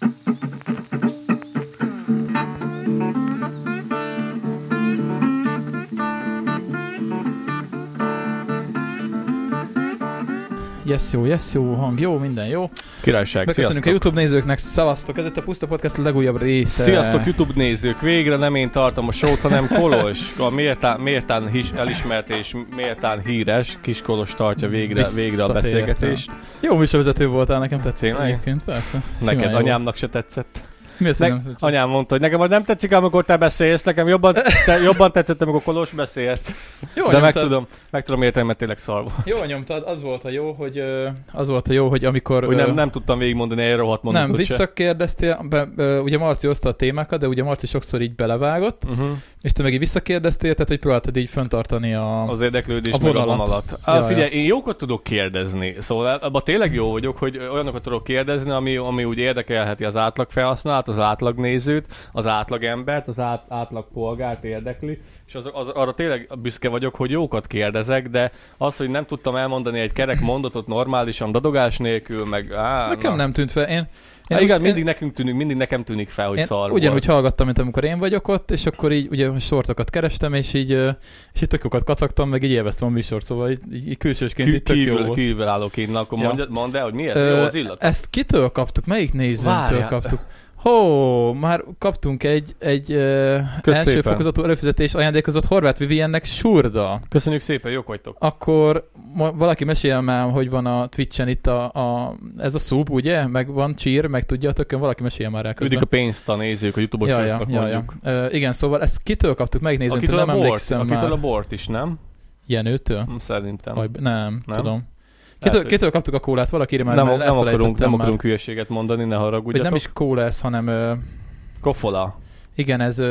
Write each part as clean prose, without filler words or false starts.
Yes, jó, hang jó, minden jó. Királyság, megköszönjük a YouTube nézőknek, szavaztok, ez itt a Puszta Podcast legújabb része. Sziasztok YouTube nézők, végre nem én tartom a show-t, hanem Kolos, a méltán elismert és méltán híres Kis Kolos tartja végre a beszélgetést. Jó műsorvezető voltál, nekem tetszett egyébként, persze. Neked anyámnak se tetszett. Mi az, nem tetszett? Anyám mondta, hogy nekem az nem tetszik, amikor te beszélsz, nekem jobban tetszett, amikor Kolos beszélsz. De meg tudom érteni, mert tényleg szar volt. Jól nyomtad, az volt a jó, hogy amikor... Hogy nem tudtam végigmondani egy rohadt mondatot. Nem, visszakérdeztél, ugye Marci hozta a témákat, de ugye Marci sokszor így belevágott, és te meg így visszakérdeztél, tehát hogy próbáltad így fenntartani az érdeklődés meg a vonalat. Figyelj, én jókat tudok kérdezni, szóval abban tényleg jó vagyok, hogy olyanokat tudok kérdezni, ami úgy érdekelheti az átlag felhasználat, az átlag nézőt, az átlag embert, az átlag polgárt érdekli, és arra tényleg büszke vagyok, hogy jókat kérdezek, de az, hogy nem tudtam elmondani egy kerek mondatot normálisan, dadogás nélkül, meg... Nekem nem tűnt fel. Igen, mindig nekem tűnik fel, hogy szar volt. Ugyanúgy hallgattam, mint amikor én vagyok ott, és akkor így ugye sortokat kerestem, és így tök jókat kacagtam, meg így élveztem a műsort, szóval így külsősként így tök jó volt. Kívülállóként, akkor mondd el, hogy mi ez? Jó az illat? Ezt kitől kaptuk? Melyik nézőtől kaptuk? Már kaptunk egy első fokozatú előfizetés ajándékozott Horváth Viviennek Surda. Köszönjük szépen, jók vagytok. Akkor valaki mesél már, hogy van a Twitchen itt ez a szub, ugye? Meg van cheer, meg tudjátok, valaki mesél már rá közben. Üdik a pénzt a nézők, a YouTube-osoknak mondjuk. Igen, szóval ezt kitől kaptuk, megnézem, nem emlékszem már. Akitől a bort is, nem? Jenőtől? Szerintem. Nem, tudom. Kitől kaptuk a kólát? Valaki már nem akarunk hülyeséget mondani, ne haragudjatok. Nem is kóla ez, hanem... Kofola. Igen, ez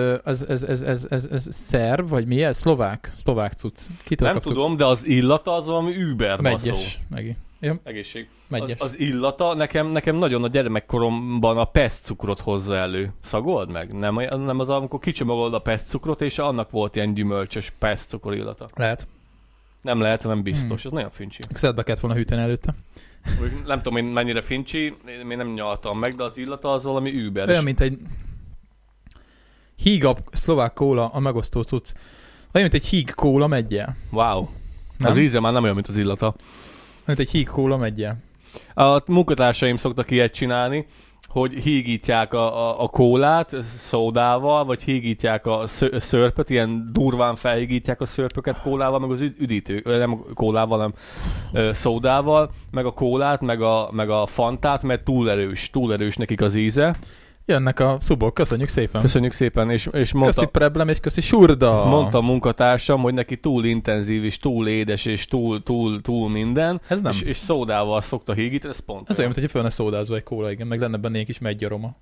szerb, vagy mi ez? Szlovák cucc. Nem tudom, de az illata az valami über baszó. Meggyes. Egészség. Az illata nekem nagyon a gyermekkoromban a pestcukrot hozza elő. Szagold meg? Nem az, amikor kicsomagolod a pestcukrot, és annak volt ilyen gyümölcsös pestcukor illata. Lehet. Nem lehet, nem biztos. Ez nagyon fincsi. Szeretbe kellett volna hűteni előtte. Nem tudom, én mennyire fincsi, én nem nyaltam meg, de az illata az valami über. Olyan, mint egy hígabb szlovák kóla, a megosztó cucc. Olyan, mint egy híg kóla meggyel. Wow. Nem? Az íze már nem olyan, mint az illata. Mint egy híg kóla meggyel. A munkatársaim szoktak ilyet csinálni, hogy hígítják a kólát szódával, vagy hígítják a szörpöt, ilyen durván felhígítják a szörpöket kólával, meg az nem kólával, hanem szódával, meg a kólát, meg a fantát, mert túl erős nekik az íze. Jönnek a szubok, köszönjük szépen. Köszönjük szépen, és mondta... Köszi Preblem, és köszi Surda. Mondta a munkatársam, hogy neki túl intenzív, és túl édes, és túl minden. Ez nem. És szódával szokta hígítani, ez pont. Ez olyan, mint hogy fölne szódázva egy kóla, igen, meg lenne benne egy kis meggyaroma.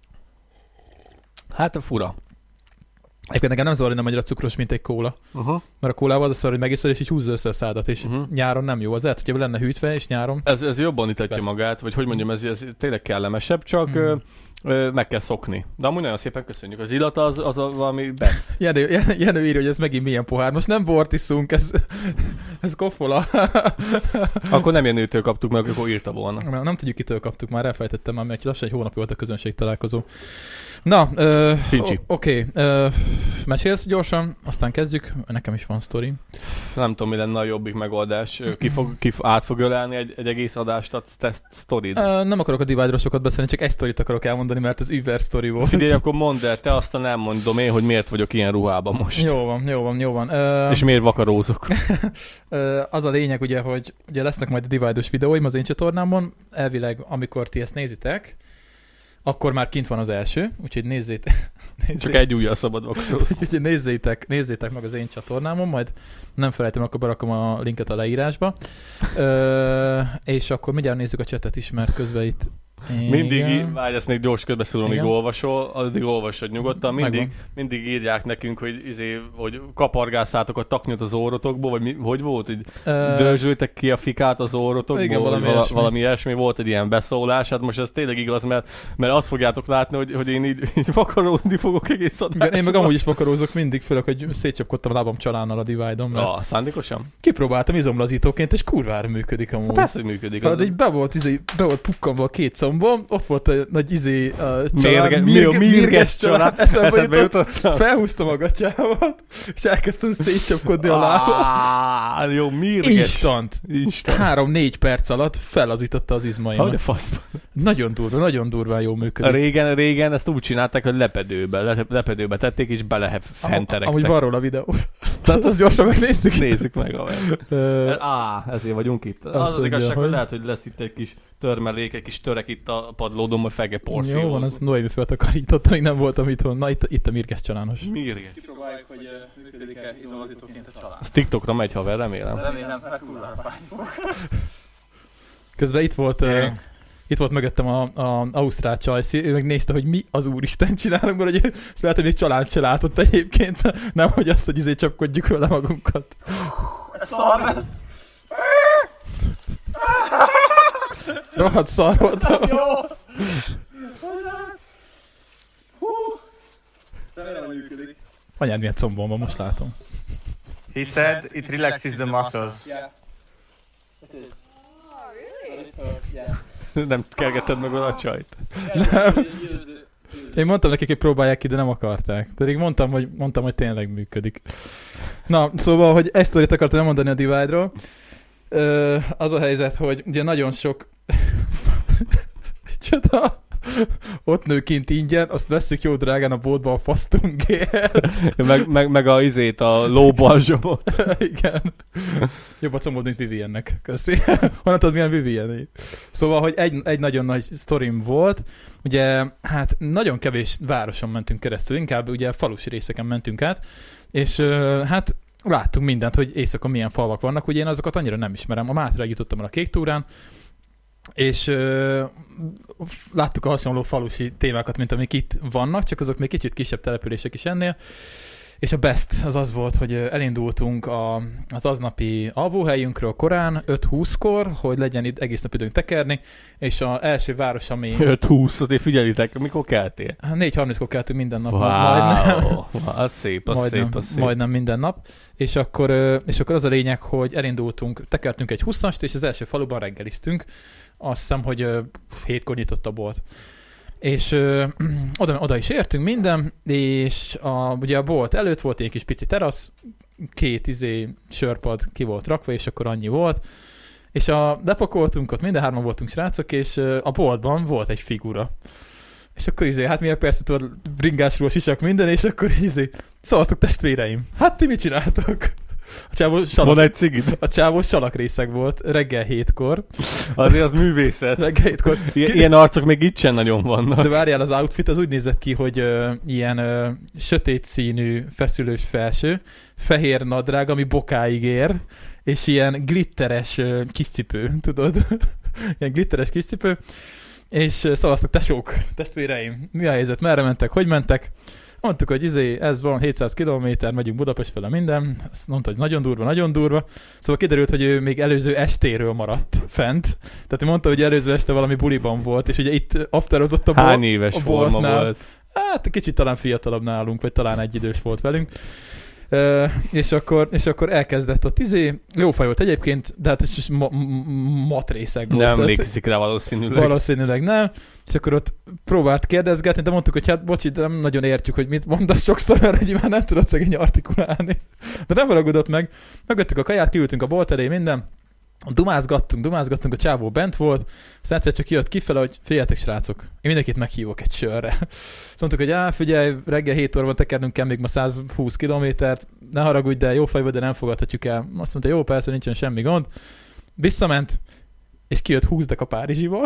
Hát fura. Egyébként nekem nem zavar, hogy nem annyira cukros, mint egy kóla. Mert a kólával az a szar, hogy megiszod, és így húzza össze a szádat, és nyáron nem jó. Az lehet, hogyha lenne hűtve, és nyáron... Ez jobban itatja magát, vagy hogy mondjam, ez tényleg kellemesebb, csak meg kell szokni. De amúgy nagyon szépen köszönjük. Az illata az valami best. Jenő írja, hogy ez megint milyen pohár. Most nem bort iszunk, ez kofola. Akkor nem Jenőtől kaptuk meg, akkor írta volna. Nem tudjuk, kitől kaptuk, már elfejtettem már, mert lassan egy hónap volt a közönség találkozó. Na, oké. Mesélsz gyorsan, aztán kezdjük. Nekem is van sztori. Nem tudom, mi lenne a jobbik megoldás. Át fog ölelni egy egész adást a sztorid? Nem akarok a Divide-ról sokat beszélni, csak egy sztorit akarok elmondani, mert ez Uber sztori volt. Figyelj, akkor mondd el, te aztán elmondom én, hogy miért vagyok ilyen ruhában most. Jó van. És miért vakarózok? Az a lényeg, ugye, hogy ugye lesznek majd a Divide-os videóim az én csatornámon. Elvileg, amikor ti ezt nézitek, akkor már kint van az első, úgyhogy nézzétek. Csak egy ujjal szabad vakarózni. Úgyhogy nézzétek meg az én csatornámon, majd nem felejtem, akkor berakom a linket a leírásba. És akkor mindjárt nézzük a chatet is, mert közben itt... Mindig, várj, ezt még gyors közbeszúrom, míg olvasol, addig olvasod nyugodtan. Mindig írják nekünk, hogy kapargásszátok a taknyot az orrotokból, vagy hogy volt, hogy dörzsöltek ki a fikát az orrotokból, igen, valami ilyesmi. Volt egy ilyen beszólás. Hát most ez tényleg igaz, mert azt fogjátok látni, hogy én így vakarózni fogok egész adást. Én meg amúgy is vakarózok mindig, főleg, hogy szétcsapkodtam a lábam csalánnal a Divide-on. Szándékosan? Kipróbáltam izomlazítóként, és kurvára működik amúgy. Persze, hogy működik. Hát így be volt pukkanva a két combom, combom, ott volt a nagy mérges család. Eszembe jutottam. Felhúztam a gatyámat, és elkezdtem szétcsapkodni a lábam. Jó, mérges. Instant. 3-4 perc alatt felazította az izmaimat. De faszban. Nagyon durván jól működik. Régen ezt úgy csinálták, hogy lepedőbe tették, és belefenterektek. Amúgy van róla videó. Tehát azt gyorsan megnézzük. Nézzük meg. Ezért vagyunk itt. Az igazság, hogy lehet, hogy lesz itt egy kis törmelék, egy kis törek itt a padlódon, majd fege porszívózunk. Jó van, az Noémi föltakarította, még nem voltam itthon. Na, itt a mérges csalános. Mérges. Kipróbáljuk, hogy működik-e izomlazítóként a család. Ez TikTokra megy, haver, remélem. Remélem, mert kurvára fáj. Közben itt volt mögöttem a ausztrál csajszi, ő meg nézte, hogy mi az úristen csinálunk, mert hogy ezt lehet, hogy még család se látott egyébként, nem hogy azt, hogy csapkodjuk vele magunkat. Ez szar lesz! Rohadt szar voltam. Jó! Remélem, hogy működik. Anyád milyen combom van, most látom. He said it relaxes the muscles. Yeah. It is. Nem kergetted meg a csajt. Nem. Én mondtam nekik, hogy próbálják ki, de nem akarták. Pedig mondtam, hogy tényleg működik. Na, szóval, hogy egy sztorit akartam elmondani a Divide-ról. Az a helyzet, hogy ugye nagyon sok... Csoda! Ott nő kint ingyen, azt vesszük jó drágán a boltba a fasztungért. meg a lóbalzsomot. Igen. Jobb a combod, mint Viviennek. Köszi. Honnan tudod, milyen Vivian? Szóval, hogy egy nagyon nagy sztorim volt. Ugye, hát nagyon kevés városon mentünk keresztül, inkább ugye falusi részeken mentünk át, és hát láttunk mindent, hogy éjszaka milyen falvak vannak. Ugye én azokat annyira nem ismerem. A Mátráig jutottam el a Kék túrán, és láttuk a hasonló falusi témákat, mint amik itt vannak, csak azok még kicsit kisebb települések is ennél. És a best az volt, hogy elindultunk az aznapi alvóhelyünkről korán, 5:20-kor, hogy legyen itt egész nap időnk tekerni, és az első város, ami... 5:20, azért figyelitek, mikor keltél? 4:30-kor keltünk minden nap. Wow, majdnem. Az szép, az szép. Majdnem minden nap. És akkor az a lényeg, hogy elindultunk, tekertünk egy 20-ast, és az első faluban reggeliztünk. Azt hiszem, hogy 7-kor nyitott a bolt. És oda is értünk minden, és ugye a bolt előtt volt egy kis pici terasz, 2 sörpad ki volt rakva, és akkor annyi volt. És lepakoltunk ott, minden hárman voltunk srácok, és a boltban volt egy figura. És akkor hát milyen persze tudod, bringásról sisak minden, és akkor szavaztok testvéreim. Hát ti mit csináltok? A csávó salakrészeg volt reggel 7-kor. Azért az művészet. Reggel 7-kor. Ilyen arcok még itt sem nagyon vannak. De várjál, az outfit az úgy nézett ki, hogy ilyen sötét színű feszülős felső, fehér nadrág, ami bokáig ér, és ilyen glitteres kiscipő, tudod? Ilyen glitteres kiscipő. És szavaztok, tesók, testvéreim, mi a helyzet, merre mentek, hogy mentek? Mondtuk, hogy ez van 700 kilométer, megyünk Budapest fele minden. Azt mondta, hogy nagyon durva, nagyon durva. Szóval kiderült, hogy ő még előző estéről maradt fent. Tehát ő mondta, hogy előző este valami buliban volt, és ugye itt afterozott a bolt. Hány éves forma volt? Hát kicsit talán fiatalabb nálunk, vagy talán egyidős volt velünk. És akkor elkezdett ott jó faj volt egyébként, de hát ez is matrészeg volt. Nem emlékszik rá valószínűleg. Valószínűleg nem. És akkor ott próbált kérdezgetni, de mondtuk, hogy hát bocsi, de nem nagyon értjük, hogy mit mondasz sokszor, mert hogy már nem tudod szegény artikulálni. De nem haragudott meg. Megvettük a kaját, kiültünk a bolt elé, minden. Dumázgattunk, a csávó bent volt, aztán egyszer csak jött kifele, hogy figyeljetek srácok, én mindenkit meghívok egy sörre. Azt mondtuk, hogy figyelj, reggel 7 óra van tekernünk kell még ma 120 kilométert, ne haragudj, de jó fej vagy, de nem fogadhatjuk el. Azt mondta, jó, persze, nincsen semmi gond. Visszament, és kijött 20 dek a Párizsiból.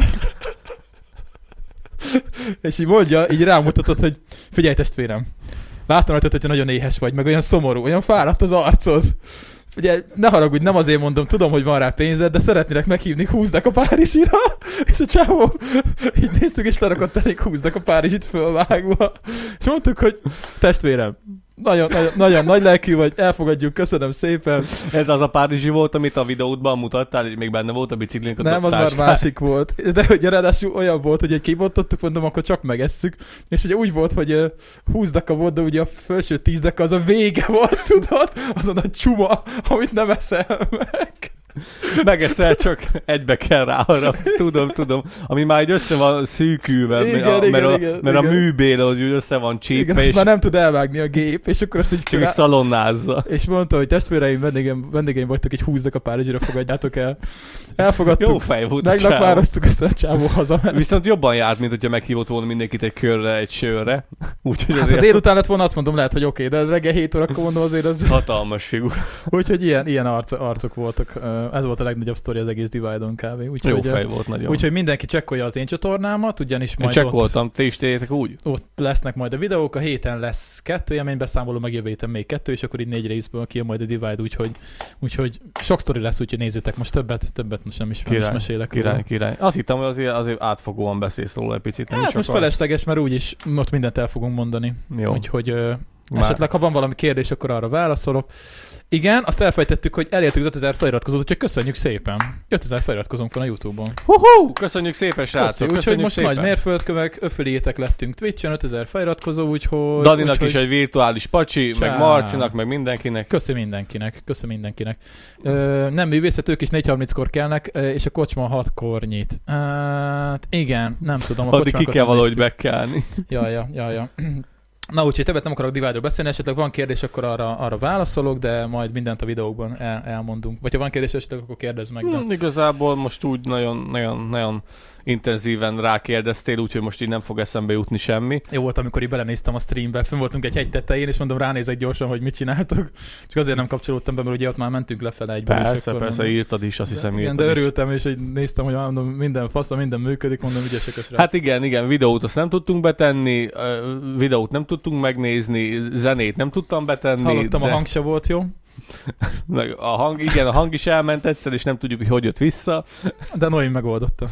És így mondja, így rámutatott, hogy figyelj testvérem, látom rajtad, hogy nagyon éhes vagy, meg olyan szomorú, olyan fáradt az arcod. Ugye, ne haragudj, nem azért mondom, tudom, hogy van rá pénzed, de szeretnélek meghívni 20 dek a Párizsira, és a csávó így néztük, és lerakott elég 20 dek a Párizsit fölvágva. És mondtuk, hogy testvérem, nagyon nagy lelkű vagy, elfogadjuk, köszönöm szépen. Ez az a Párizsi volt, amit a videódban mutattál, és még benne volt a biciklink. Nem, az már másik volt. De ugye ráadásul olyan volt, hogy egy kibontottuk, mondom, akkor csak megesszük. És ugye úgy volt, hogy 20 deka volt, de ugye a felső 10 deka az a vége volt, tudod? Azon a csuma, amit nem eszel meg. Megeszel, csak egybe kell rá arra. Tudom. Ami már így össze van szűkülve, mert a műbél úgy össze van csípve, és már nem tud elvágni a gép, és akkor azt így csak szalonnázza. És mondta, hogy testvéreim, vendégeim vagytok, így húznak a Párizsira, fogadjátok el. Elfogadtuk. Jó fej volt meglakvároztuk ezt a csávó hazament. Viszont jobban járt, mint hogyha meghívott volna mindenkit egy körre, egy sörre. Úgyhogy hát, ha délután lett volna, azt mondom, lehet, hogy oké, de reggel 7 órakor mondom, azért az... Hatalmas figura. Úgyhogy ilyen arcok voltak. Ez volt a legnagyobb sztori az egész Divide-on kb. Jó fej volt nagyon. Úgyhogy mindenki csekkolja az én csatornámat, ugyanis majd csekkoltam, te is tegyétek úgy. Ott lesznek majd a videók, a héten lesz 2 élménybeszámoló, meg jövő héten még 2, és akkor így 4 részből kijön majd a Divide, úgyhogy sok sztori lesz, úgyhogy nézzétek, most többet most nem is mesélek. Király. Azt hittem, hogy azért átfogóan beszélsz róla egy picit. Hát most felesleges, mert úgyis ott mindent el fogunk mondani. Jó. Úgyhogy esetleg, ha van valami kérdés, akkor arra válaszolok. Igen, azt elfejtettük, hogy elértük az 5000 feliratkozót, úgyhogy köszönjük szépen. 5000 feliratkozónk van a YouTube-on. Köszönjük szépen, srácok! Úgyhogy most szépen. Nagy mérföldkövek, affiliate-ek lettünk Twitch-en, 5000 feliratkozó, úgyhogy... Daninak is egy virtuális pacsi, meg Marcinak, meg mindenkinek. Köszi mindenkinek. Nem művészetők is 4:30-kor kelnek, és a kocsma 6-kor nyit. Igen, nem tudom. Addig ki kell valahogy bekelni. Ja. Na úgyhogy többet nem akarok Divide-ról beszélni, esetleg van kérdés, akkor arra válaszolok, de majd mindent a videókban elmondunk. Vagy ha van kérdés, esetleg akkor kérdezz meg. De... Igazából most úgy nagyon intenzíven rákérdeztél, úgyhogy most így nem fog eszembe jutni semmi. Jó volt, amikor így belenéztem a streambe, fönn voltunk egy hegy tetején, és mondom, ránézek gyorsan, hogy mit csináltok. Csak azért nem kapcsolódtam be, mert ugye ott már mentünk lefele egybe. Persze, mondom, írtad is, azt hiszem írtad de örültem, és hogy néztem, hogy mondom, minden működik, mondom, ügyesek a srác. Hát igen, videót azt nem tudtunk betenni, videót nem tudtunk megnézni, zenét nem tudtam betenni. Hallottam, a hang se volt jó. Meg a hang is elment egyszer, és nem tudjuk, hogy jött vissza. De Noé megoldotta.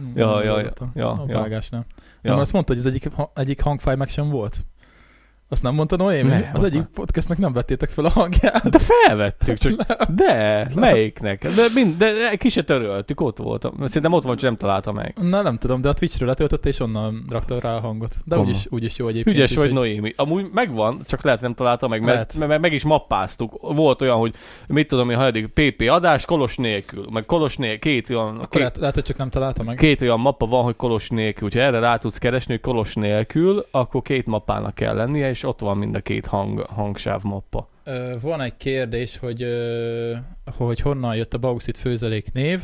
A vágásnál. Nem, azt mondta, hogy az egyik hangfáj meg sem volt. Azt nem mondta Noémi? Az egyik podcastnak nem vettétek fel a hangját. De felvettük, csak melyiknek? De ki se töröltük, ott voltam. Szerintem ott van, csak nem találta meg. Na nem tudom, de a Twitchről letöltötte, és onnan rakta rá a hangot. De úgyis jó egyébként. Ügyes vagy Noémi. Amúgy megvan, csak lehet nem találta meg, mert meg is mappáztuk. Volt olyan, hogy mit tudom én, ha eddig PP adás Kolos nélkül, meg Kolos nélkül, két olyan... Akkor lehet, hogy csak nem találta meg. Két olyan mappa van, hogy Kolos nélkül. Ha erre rá tudsz keresni, hogy Kolos nélkül, akkor két mappának kell lennie, és ott van mind a két hangsáv mappa. Van egy kérdés, hogy honnan jött a Bauxit főzelék név.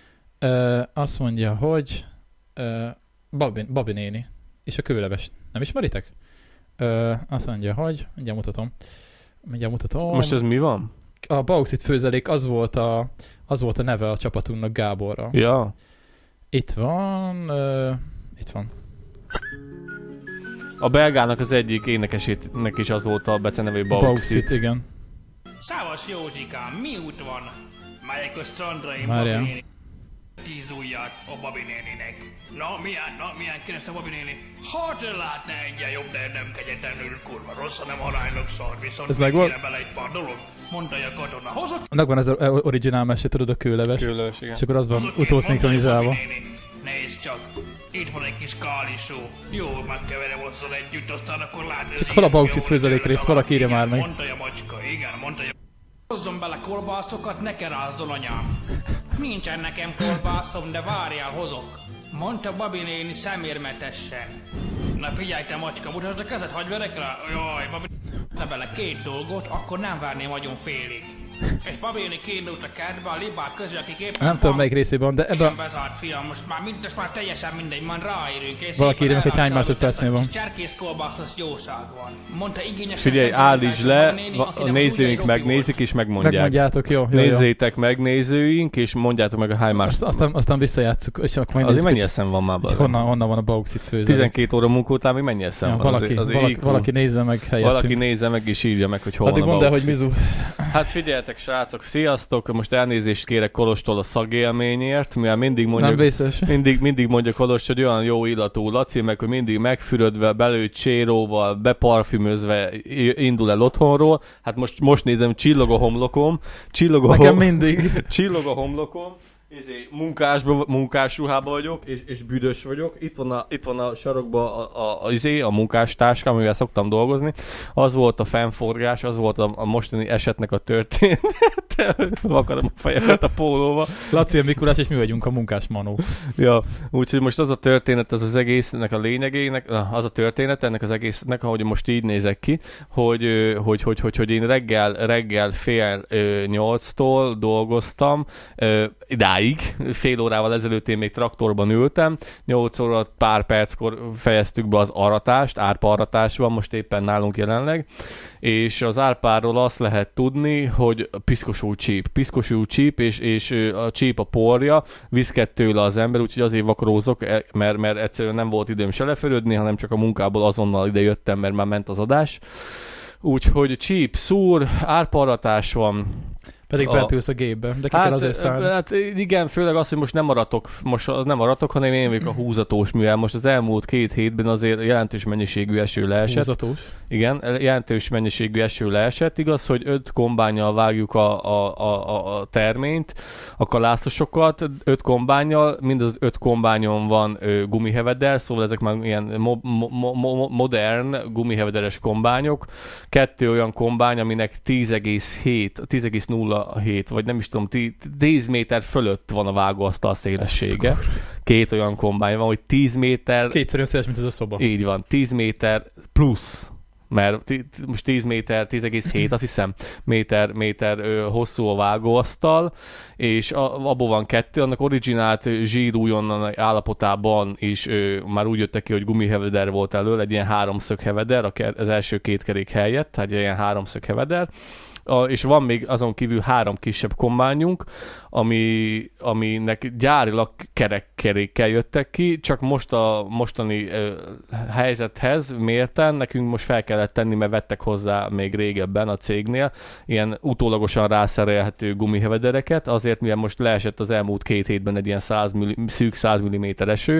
Azt mondja, hogy Babi néni és a kőleves. Nem ismeritek? Azt mondja, hogy mindjárt mutatom. Most ez mi van? A Bauxit főzelék az volt a neve a csapatunknak, Gáborra. Ja. Itt van. A belgának az egyik énekesének is az volt a becenevő Bauxit. Igen. Savas Józsikám, mi út van? Melyek a strandra én Babi néni? 10 ujját a Babi néninek. Milyen kérdezte Babi néni? Hát látna egyen jobb, de nem kegyetlenül kurva rossz, hanem aránylag szar, viszont ez meg volt? bele egy pár dolog. Mondta a katona, hozok? Annak van ez az originál mesé, tudod, a kőleves. Igen. És akkor az van utószinkronizálva. Nézd csak, itt van egy kis kálisó. Jó, megkeverem hozzon együtt, aztán akkor látod. Csak hol a Bauxit főzelék rész? Valaki írja már meg. Mondta a macska, mondta a... Hozzon bele kolbászokat, ne kerázdol anyám. Nincsen nekem kolbászom, de várjál, hozok. Mondta Babi néni szemérmetesen. Na figyelj te macska, mutasd a kezed, hagyj verek rá. Jaj, Babi ne bele 2 dolgot, akkor nem várném nagyon félig. És Babi néni kiindult a kertbe, a libák közül, akik éppen... Nem tudom melyik részében, de ebben... bezárt fiam, most már teljesen mindegy, már ráérünk. És valaki írja meg, hogy hány másodpercnél van. Cserkész kolbász, az jóság van. Mondta igényes... Figyelj, állítsd le, a nézőink megnézik és megmondják. Megmondjátok, jó. Nézzétek meg nézőink, és mondjátok meg a hány másodperc. Aztán visszajátszuk, és akkor azért mennyi eszem van már? Honnan van a Bauxit főzelék? 12 óra munka után még mennyi eszem van? Valaki nézze meg helyettünk. Valaki nézze meg és írja meg, hogy hol van a Bauxit. Addig mondd el, hogy mizu. Hát figyeljetek, srácok, sziasztok! Most elnézést kérek Kolostól a szagélményért, mivel mindig mondja Kolos, hogy olyan jó illatú Laci, meg hogy mindig megfürödve, belőtt cséróval, beparfümözve indul el otthonról. Hát most nézem, csillog a homlokom. Nekem mindig. Csillog a homlokom. munkás ruhában vagyok, és büdös vagyok. Itt van a sarokban a munkástáskám, amivel szoktam dolgozni. Az volt a fennforgás, az volt a mostani esetnek a története. Akarom a fejemet a pólóba. Laci, a Mikulás, és mi vagyunk a munkás manó. Ja, úgyhogy most az a történet, az egésznek a lényegének, az a történet ennek az egésznek, ahogy most így nézek ki, hogy én reggel 7:30-tól dolgoztam, idáig, fél órával ezelőtt én még traktorban ültem, 8 óra pár perckor fejeztük be az aratást, árpa-aratás van most éppen nálunk jelenleg, és az árpáról azt lehet tudni, hogy piszkosú csíp, és a csíp a porja, viszked tőle az ember, úgyhogy azért vakarózok, mert egyszerűen nem volt időm se lefölödni, hanem csak a munkából azonnal ide jöttem, mert már ment az adás. Úgyhogy csíp, szúr, árpa-aratás van. Pedig bent ülsz a gépbe, de ki kell azért szállni. Hát igen, főleg az, hogy most nem aratok, hanem én vagyok a húzatós művel. Most az elmúlt 2 hétben azért jelentős mennyiségű eső leesett. Húzatós? Igen, jelentős mennyiségű eső leesett. Igaz, hogy 5 kombánnyal vágjuk a terményt, a kalászosokat, 5 kombánnyal, mind az 5 kombányon van gumiheveder, szóval ezek már ilyen modern gumihevederes kombányok. 2 olyan kombány, aminek 10,0 vagy nem is tudom, 10 méter fölött van a vágóasztal szélessége. 2 olyan kombány van, hogy 10 méter... Ez kétszer olyan széles, mint ez a szoba. Így van, 10 méter plusz, mert most 10 méter, 10,7 azt hiszem méter hosszú a vágóasztal, és abból van 2, annak originált zsírújonnan állapotában is már úgy jöttek ki, hogy gumiheveder volt elől, egy ilyen 3-szög heveder, az első 2 kerék helyett, tehát egy ilyen 3-szög heveder, és van még azon kívül 3 kisebb kombányunk, aminek gyárilag kerekkerékkel jöttek ki, csak most a mostani helyzethez mérten nekünk most fel kellett tenni, mert vettek hozzá még régebben a cégnél ilyen utólagosan rászerelhető gumihevedereket, azért mivel most leesett az elmúlt 2 hétben egy ilyen szűk 100 mm eső,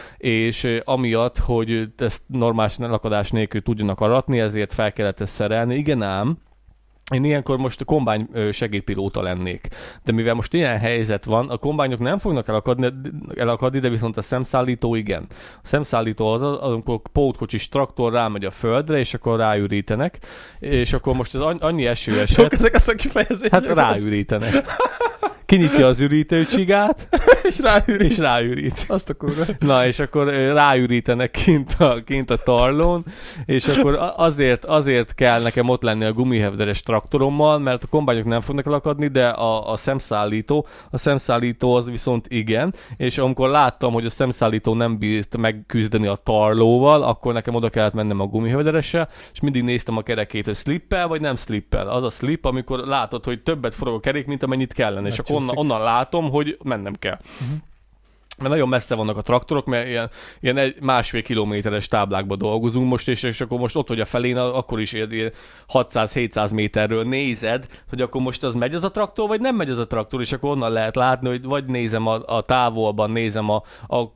és amiatt, hogy ezt normális lakadás nélkül tudjanak aratni, ezért fel kellett ezt szerelni. Igen ám, én ilyenkor most a kombány segédpilóta lennék. De mivel most ilyen helyzet van, a kombányok nem fognak elakadni, de viszont a szemszállító igen. A szemszállító az, amikor pótkocsis traktor rámegy a földre, és akkor ráürítenek, és akkor most az annyi eső esett... Jók ezek a kifejezések. Hát ráürítenek. Kinyitja az ürítőcsigát, és ráürít. Azt a kurva. Na, és akkor ráürítenek kint a tarlón, és akkor azért kell nekem ott lenni a gumihevderes traktorommal, mert a kombányok nem fognak elakadni, de a szemszállító az viszont igen, és amikor láttam, hogy a szemszállító nem bírt megküzdeni a tarlóval, akkor nekem oda kellett mennem a gumihevderesre, és mindig néztem a kerekét, hogy slippel vagy nem slippel. Az a slip, amikor látod, hogy többet forog a kerék, mint amennyit kellene, és akkor onnan látom, hogy mennem kell. Mert nagyon messze vannak a traktorok, mert ilyen 1,5 kilométeres táblákba dolgozunk most, és akkor most ott vagy a felén, akkor is ilyen 600-700 méterről nézed, hogy akkor most az megy az a traktor, vagy nem megy az a traktor, és akkor onnan lehet látni, hogy vagy nézem a távolban, nézem a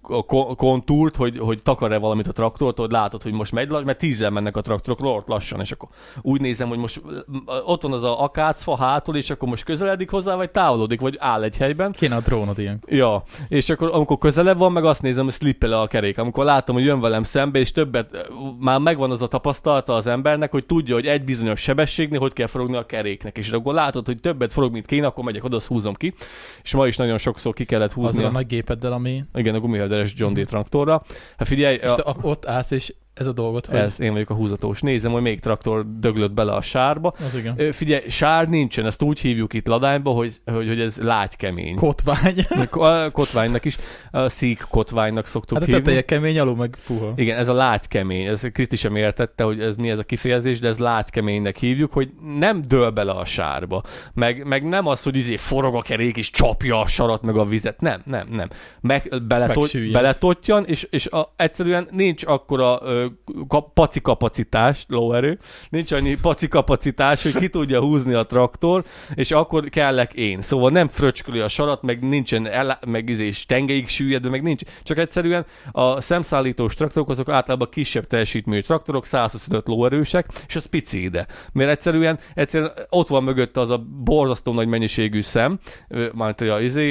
kontúrt, hogy takar-e valamit a traktort, hogy látod, hogy most megy, mert 10-en mennek a traktorok lassan, és akkor úgy nézem, hogy most ott van az a akácfa hátul, és akkor most közeledik hozzá, vagy távolodik, vagy áll egy helyben. Kéne a drónod ilyen. Ja, és akkor közelebb van, meg azt nézem, hogy slippel a kerék. Amikor látom, hogy jön velem szembe, és többet, már megvan az a tapasztalata az embernek, hogy tudja, hogy egy bizonyos sebességnél hogy kell forogni a keréknek. És akkor látod, hogy többet forog, mint kéne, akkor megyek oda, azt húzom ki. És ma is nagyon sokszor ki kellett húzni. Azzal a nagy gépeddel, ami... Igen, a gumihevderes John Deere traktorra. Hát figyelj... És te ott állsz, és ez a dolgot, hogy... Én vagyok a húzatós. Nézem, hogy még traktor döglött bele a sárba. Az igen. Figyelj, sár nincsen, ezt úgy hívjuk itt Ladányba, hogy ez lágykemény. Kotvány. Kotványnak is. Szík kotványnak szoktuk hívni. Hát a teteje kemény, alul meg puha. Igen, ez a lágykemény. Ez Kriszti sem értette, hogy ez mi ez a kifejezés, de ez lágykeménynek hívjuk, hogy nem dől bele a sárba. Meg nem az, hogy forog a kerék és csapja a sarat meg a vizet. Nem. Beletotjan, és egyszerűen nincs akkora paci kapacitás, lóerő, nincs annyi paci kapacitás, hogy ki tudja húzni a traktor, és akkor kellek én. Szóval nem fröcsköli a sarat, meg nincsen tengeig süllyedve, meg nincs. Csak egyszerűen a szemszállítós traktorok azok általában kisebb teljesítményű traktorok, 125 lóerősek, és az pici ide. Mert egyszerűen ott van mögötte az a borzasztó nagy mennyiségű szem, mármint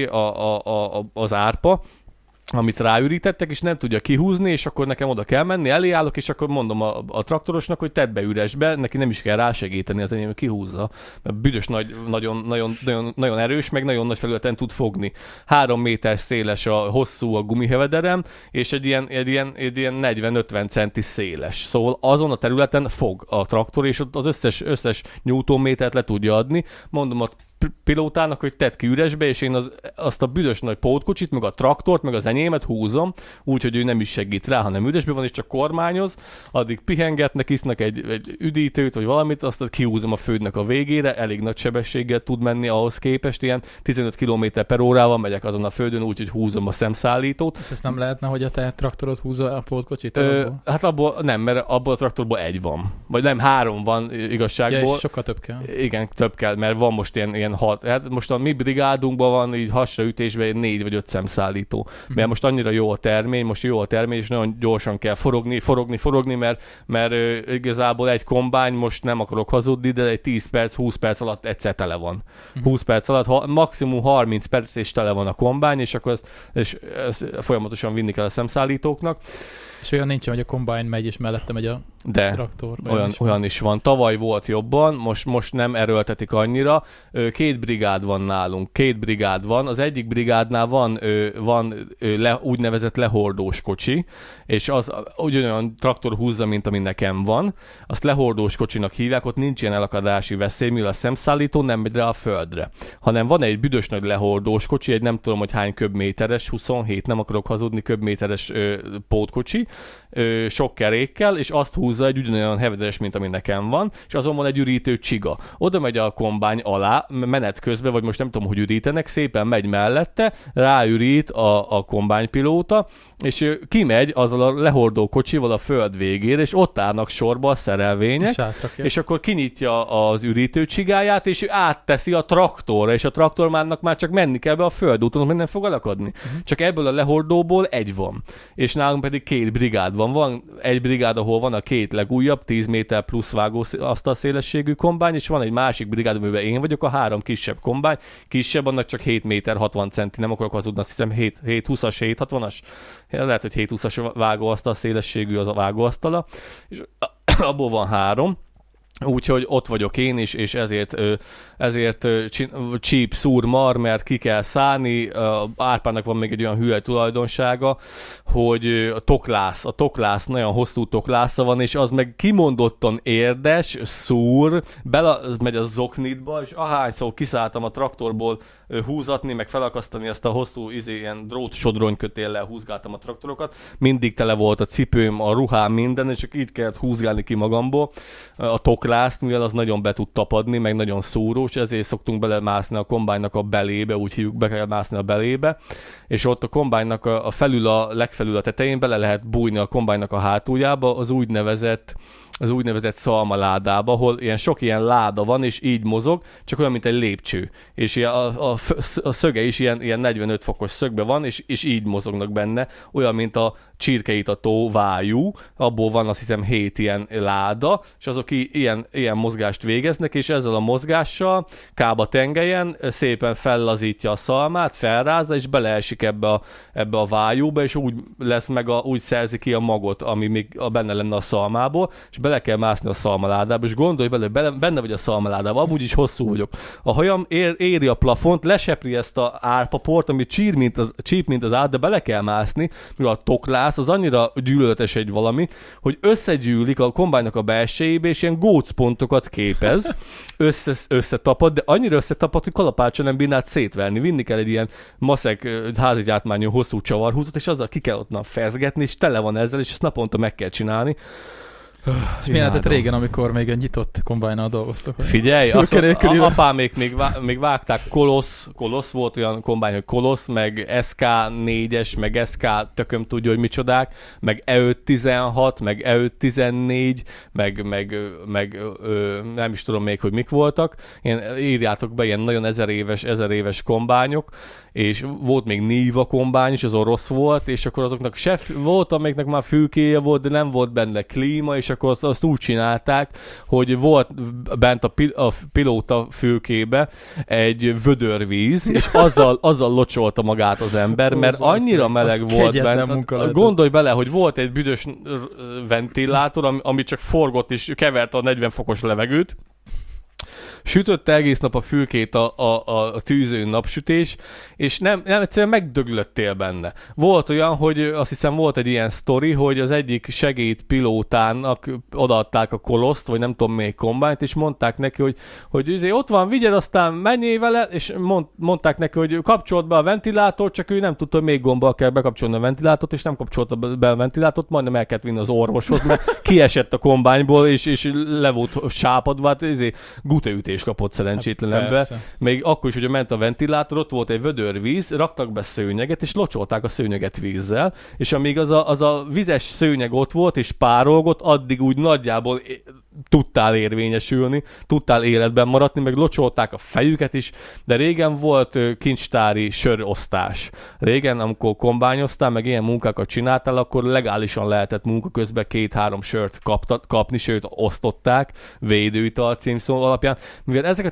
az árpa, amit ráürítettek, és nem tudja kihúzni, és akkor nekem oda kell menni, elé állok, és akkor mondom a traktorosnak, hogy tedd be üresbe, neki nem is kell rásegíteni az enyém, kihúzza. Mert büdös nagyon erős, meg nagyon nagy felületen tud fogni. 3 méter széles hosszú a gumihevederem, és egy ilyen 40-50 centi széles. Szóval azon a területen fog a traktor, és az összes newtonmétert le tudja adni. Mondom a pilótának, hogy tedd ki üresbe, és én azt a büdös nagy pótkocsit, meg a traktort, meg az enyémet húzom, úgyhogy ő nem is segít rá, hanem üresbe van, és csak kormányoz, addig pihengetnek, isznak egy üdítőt, vagy valamit, azt kihúzom a földnek a végére, elég nagy sebességgel tud menni ahhoz képest, ilyen 15 km/h megyek azon a földön, úgyhogy húzom a szemszállítót. És ezt nem lehetne, hogy a te traktorod húzza a pótkocsit? Hát abból nem, mert abból a traktorból 1 van. Vagy nem, 3 van igazságból. Ja, és sokkal több kell. Igen, több kell, mert van most ilyen 6. Hát most a mi brigádunkban van így hasraütésben 4 vagy 5 szemszállító. Mert most annyira jó a termény, és nagyon gyorsan kell forogni, mert igazából egy kombány, most nem akarok hazudni, de egy 10 perc, 20 perc alatt egyszer tele van. 20 perc alatt, maximum 30 perc és tele van a kombány, és akkor ezt folyamatosan vinni kell a szemszállítóknak. És olyan nincsen, hogy a kombány megy, és mellette megy a traktor. Olyan is van. Tavaly volt jobban, most nem erőltetik annyira. 2 brigád van nálunk. 2 brigád van. Az egyik brigádnál van úgynevezett lehordós kocsi, és az ugyanolyan traktor húzza, mint ami nekem van. Azt lehordós kocsinak hívják, ott nincs ilyen elakadási veszély, mivel a szemszállító nem megy rá a földre. Hanem van egy büdös nagy lehordós kocsi, egy nem tudom, hogy hány köbméteres, 27, nem akarok hazudni, köbméteres pótkocsi, sok kerékkel, és azt húzza egy ugyanolyan hevederes, mint ami nekem van, és azon van egy ürítő csiga. Oda megy a kombány alá, menet közben, vagy most nem tudom, hogy ürítenek, szépen megy mellette, ráürít a kombánypilóta, és kimegy azzal a lehordó kocsival a föld végére, és ott állnak sorba a szerelvények, és akkor kinyitja az ürítő csigáját, és ő átteszi a traktorra, és a traktormánnak már csak menni kell be a földúton, mert nem fog elakadni. Csak ebből a lehordóból 1 van. És nálunk pedig 2 brigád van. Van egy brigád, ahol van a 2 legújabb, 10 méter plusz vágóasztal szélességű kombány, és van egy másik brigád, amiben én vagyok, a 3 kisebb kombány. Kisebb, annak csak 7 méter 60 centi, nem akarok hazudni, azt hiszem 720-as, 760-as. Lehet, hogy 720-as vágóasztal szélességű az a vágóasztala. És abból van 3. Úgyhogy ott vagyok én is, és ezért csíp, szúr, mar, mert ki kell szállni. Árpának van még egy olyan hülye tulajdonsága, hogy a toklász nagyon hosszú toklásza van, és az meg kimondottan érdes, szúr, megy a zoknitba, és ahányszor kiszálltam a traktorból húzatni, meg felakasztani ezt a hosszú ilyen drótsodronykötéllel húzgáltam a traktorokat, mindig tele volt a cipőm, a ruhám, minden, és csak így kellett húzgálni ki magamból a toklászt, mivel az nagyon be tud tapadni, meg nagyon szúrós, ezért szoktunk belemászni a kombánynak a belébe, úgy hívjuk, be kell mászni a belébe, és ott a kombánynak a legfelül a tetején bele lehet bújni a kombánynak a hátuljába, az úgynevezett szalmaládába, ahol sok ilyen láda van, és így mozog, csak olyan, mint egy lépcső. És a szöge is ilyen 45 fokos szögbe van, és így mozognak benne, olyan, mint a csirkeitató vájú, abból van azt hiszem 7 ilyen láda, és azok ilyen mozgást végeznek, és ezzel a mozgással kába tengelyen szépen fellazítja a szalmát, felrázza, és beleesik ebbe a vájúba, és úgy szerzi ki a magot, ami még benne lenne a szalmából, és bele kell mászni a szalmaládába, és gondolj benne vagy a szalmaládában, amúgy is hosszú vagyok. A hajam éri a plafont, lesepri ezt a árpaport, ami csíp, mint az át, de bele kell mászni, mivel a toklász az annyira gyűlöletes egy valami, hogy összegyűlik a kombánynak a belsejébe, és ilyen gócpontokat képez, összetapad, de annyira összetapad, hogy kalapáccsal nem bírnád szétverni. Vinni kell egy ilyen maszek házi gyártmányú hosszú csavarhúzót, és azzal ki kell ott fezgetni, és tele van ezzel, és ezt naponta meg kell csinálni. És milyen lehetett régen, amikor még egy nyitott kombájnál dolgoztak? Figyelj, apámék még vágták Kolosz volt olyan kombány, hogy Kolosz, meg SK4-es, meg SK tököm tudja, hogy micsodák, meg E516, meg E514, meg nem is tudom még, hogy mik voltak. Írjátok be ilyen nagyon ezer éves kombányok, és volt még Niva kombány is, az orosz volt, és akkor azoknak volt, amiknek már fülkéje volt, de nem volt benne klíma, és akkor azt úgy csinálták, hogy volt bent a pilóta fülkébe egy vödörvíz, és azzal locsolta magát az ember, mert annyira meleg volt bent. Gondolj bele, hogy volt egy büdös ventilátor, ami csak forgott és keverte a 40 fokos levegőt, sütötte egész nap a fülkét a tűzőn napsütés, és nem egyszerűen megdöglöttél benne. Volt olyan, hogy azt hiszem volt egy ilyen sztori, hogy az egyik segédpilótának odaadták a Koloszt, vagy nem tudom még kombányt, és mondták neki, hogy ott van, vigyed, aztán menjél vele, és mondták neki, hogy kapcsolt be a ventilátort, csak ő nem tudta, hogy még gombbal kell bekapcsolni a ventilátort, és nem kapcsolta be a ventilátort, majdnem el kellett vinni az orvoshoz, mert kiesett a kombányból, és le volt sápadva, hát guteütés kapott szerencsétlen ember. Még akkor is, hogy ment a ventilátor, ott volt egy vödörvíz, raktak be szőnyeget, és locsolták a szőnyeget vízzel, és amíg az a vizes szőnyeg ott volt, és párolgott, addig úgy nagyjából tudtál érvényesülni, tudtál életben maradni, meg locsolták a fejüket is, de régen volt kincstári sörosztás. Régen, amikor kombányoztál, meg ilyen munkákat csináltál, akkor legálisan lehetett munka közben 2-3 sört kapni, sőt osztották védőital címszó alapján, mivel ezeket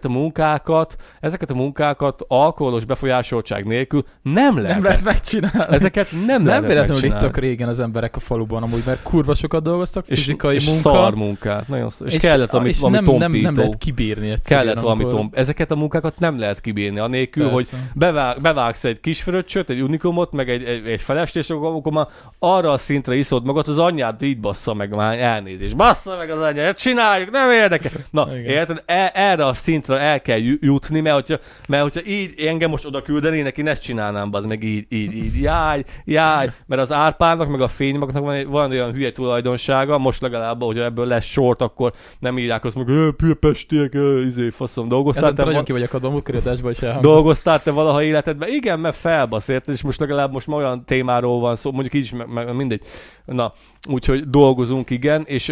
a munkákat alkoholos befolyásoltság nélkül nem lehet megcsinálni. Ezeket nem lehet véletlenül ittak régen az emberek a faluban amúgy, mert kurva sokat dolgoztak, fizikai és munka. Szar munkát, nagyon szar. És kellett valami tompító. Nem lehet kibírni egyszerűen. Kellett valami ezeket a munkákat nem lehet kibírni, anélkül, hogy bevágsz egy kisfröccsöt, egy unikumot, meg egy felest, és akkor már arra a szintre iszod magad, az anyád így bassza meg már elnézést. Bassza meg az anyád, csináljuk, nem érdekel. Na, érted? Erre a szintre el kell jutni, mert hogyha így engem most oda küldenének, én ezt csinálnám, bazd meg így. Jaj, mert az Árpának, meg a Fénymagnak van olyan hülye tulajdonsága, most legalább, hogy ebből lesz sort, akkor nem írják azt meg, pestiek, faszom, dolgoztál te? Nagyon ki vagyok adva, múltkori adásban is elhangzott. Dolgoztál te valaha életedben? Igen, mert felbaszért, és most legalább most olyan témáról van szó, mondjuk így is, mindegy. Na, úgyhogy dolgozunk, igen, és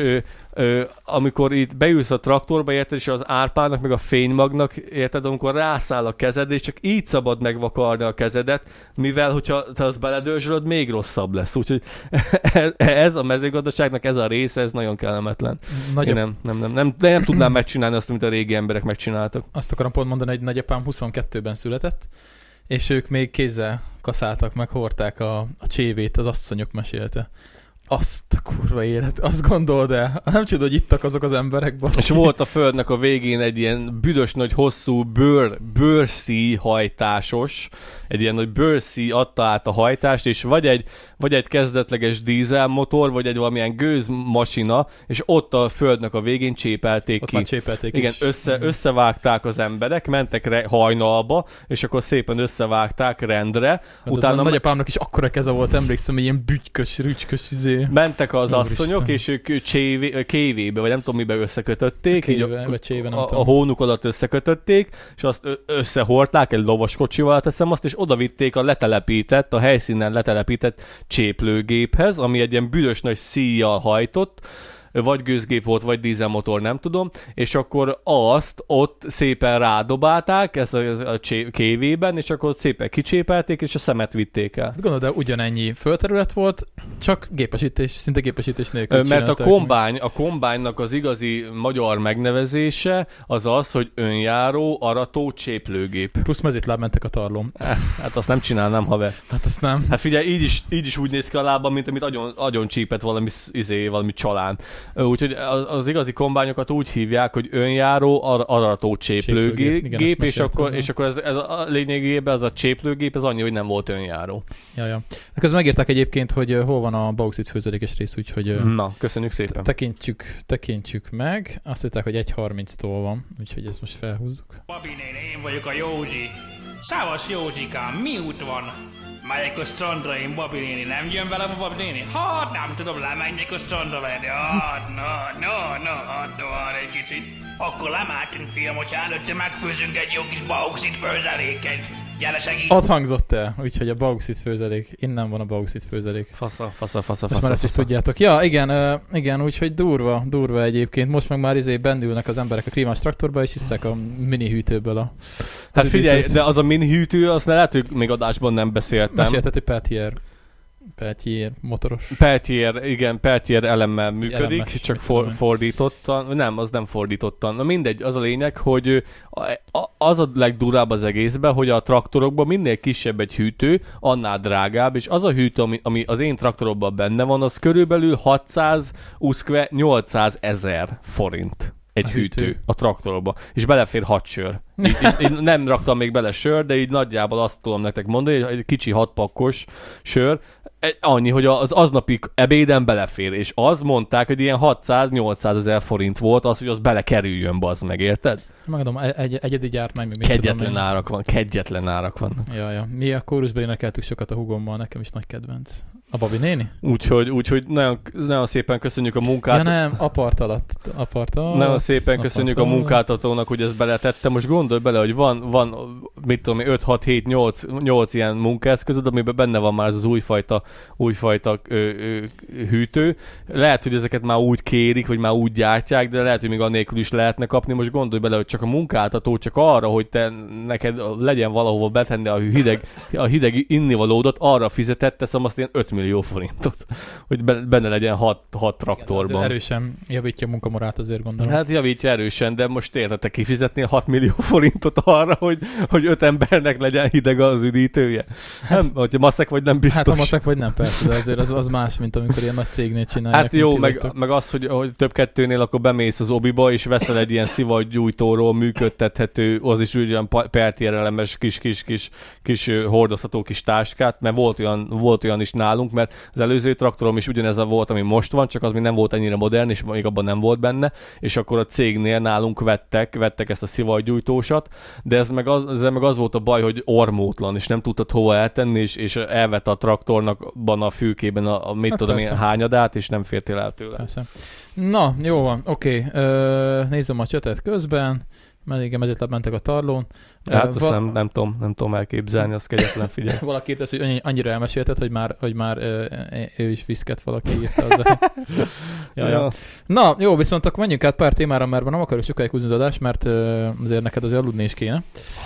amikor itt beülsz a traktorba, érted, és az Árpának, meg a Fénymagnak, érted, amikor rászáll a kezed, és csak így szabad megvakarni a kezedet, mivel, hogyha te azt beledőzsölöd, még rosszabb lesz. Úgyhogy ez a mezőgazdaságnak ez a része, ez nagyon kellemetlen. Én nem tudnám megcsinálni azt, amit a régi emberek megcsináltak. Azt akarom pont mondani, hogy nagyapám 22-ben született, és ők még kézzel kaszáltak, meg hordták a csévét, az asszonyok mesélte. Azt a kurva élet, azt gondold el. Nem csoda, hogy ittak azok az emberek, basszus. És volt a földnek a végén egy ilyen büdös nagy hosszú bőrszí hajtásos, egy ilyen nagy bőrszí adta át a hajtást, és vagy egy kezdetleges dízelmotor, vagy egy valamilyen gőzmasina, és ott a földnek a végén csépelték ott ki. Már csépelték igen, összevágták az emberek, mentek hajnalba, és akkor szépen összevágták rendre. Utána nagyapámnak is akkora keze volt, emlékszem, ilyen bütykös, rücskös mentek az asszonyok, és ők kévébe, vagy nem tudom mibe összekötötték, a hónuk alatt összekötötték, és azt összehordták egy lovaskocsival, teszem azt, és odavitték a helyszínen letelepített cséplőgéphez, ami egy ilyen büdös nagy szíjjal hajtott, vagy gőzgép volt, vagy dízelmotor, nem tudom, és akkor azt ott szépen rádobálták, ez a kévében, és akkor ott szépen kicsépelték, és a szemet vitték el. Gondolod, de ugyanennyi földterület volt, csak szinte gépesítés nélkül mert a kombánynak az igazi magyar megnevezése az az, hogy önjáró, arató, cséplőgép. Plusz mezitláb mentek a tarlón. Hát azt nem csinálnám, haver. Hát azt nem. Hát figyelj, így is úgy néz ki a lábam, mint amit agyon csípett valami csalán. Úgyhogy az igazi kombányokat úgy hívják, hogy önjáró, arató cséplőgép, és akkor ez a lényegében ez a cséplőgép, ez annyi, hogy nem volt önjáró. Ja. Közben megírták egyébként, hogy hol van a bauxit főződékes rész, úgyhogy... Na, köszönjük szépen. Tekintsük meg. Azt mondták, hogy 1.30-tól van, úgyhogy ezt most felhúzzuk. Babinén, én vagyok a Józsi. Szávas Józsikám, mi út van? Megyek a strandra, én Babi néni. Nem jön velem a Babi néni? Hát nem tudom, lemenjek a strandra venni. Hát, no, arra egy kicsit. Akkor lemálltunk, fiam, hogyha előtte megfőzünk egy jó kis bauxit főzeléket. Gyere, segít! Ott hangzott el, úgyhogy a bauxit főzelék. Innen van a bauxit főzelék. Fasza. Most már ezt is tudjátok. Ja, igen, úgyhogy durva egyébként. Most meg már bendülnek az emberek a klímás traktorba, és hiszek a mini hűtőből a... Hát figyelj, de az a mini hűtő, azt lehet, hogy még adásban nem beszéltem. Mesélted, hogy Peltier motoros. Peltier elemmel működik, Elemes, csak fordítottan. Nem, az nem fordítottan. Na mindegy, az a lényeg, hogy az a legdurább az egészben, hogy a traktorokban minél kisebb egy hűtő, annál drágább, és az a hűtő, ami az én traktoromban benne van, az körülbelül 800 ezer forint. Egy hűtő a traktorba, és belefér 6 sör. Így nem raktam még bele sör, de így nagyjából azt tudom nektek mondani, hogy egy kicsi 6 pakkos sör, annyi, hogy az aznapi ebéden belefér, és az mondták, hogy ilyen 600-800 ezer forint volt az, hogy az belekerüljön, bazd meg, érted? Megadom, egyedi gyárt meg még kegyetlen árak van. Ja. Mi a kórusban énekeltük sokat a hugommal, nekem is nagy kedvenc. A Babi néni? Úgyhogy nagyon szépen köszönjük a munkát. Ja nem, apart alatt. Nagyon szépen köszönjük a munkáltatónak, hogy ezt beletette. Most gondolj bele, hogy van mit tudom én, 5, 6, 7, 8 ilyen munkaeszközöd, amiben benne van már az újfajta hűtő. Lehet, hogy ezeket már úgy kérik, vagy már úgy gyártják, de lehet, hogy még annélkül is lehetne kapni. Most gondolj bele, hogy csak a munkáltató, csak arra, hogy neked legyen valahova betenni a hideg innivalódat, arra fizetett, teszem azt ilyen 5 millió forintot, hogy benne legyen 6 traktorban. Igen, erősen javítja a munkamorát, azért gondolom. Hát javítja erősen, de most értetek kifizetni 6 millió forintot arra, hogy 5 embernek legyen hideg az üdítője. Hát, nem, hogyha maszek vagy nem biztos. Hát ha maszek vagy nem, persze, de azért az más, mint amikor ilyen nagy cégnél csinálják. Hát jó, meg az, hogy több kettőnél akkor bemész az obiba, és veszel egy ilyen szivatgyújtóról működtethető, az is ugyan Peltier elemes kis hordozható kis táskát, mert volt olyan is nálunk, mert az előző traktorom is ugyanez volt, ami most van, csak az még nem volt ennyire modern, és még abban nem volt benne, és akkor a cégnél nálunk vettek ezt a szivatgyújtósat, de ez meg az volt a baj, hogy ormótlan, és nem tudtad hova eltenni, és elvette a traktornakban a fülkében mit tudom én hányadát, és nem fértél el tőle. Persze. Na, jó van, oké. Nézem a csetet közben. Igen, ezért lementek a tarlón. Hát azt nem tudom elképzelni, azt kegyetlen, figyelj. Valaki tesz, hogy annyira elmesélted, hogy már ő is viszket valaki írta azzal. Ja. Na, jó, viszont akkor menjünk át pár témára, mert nem akarok sokáig húzni az adást, mert azért neked azért aludni is kéne.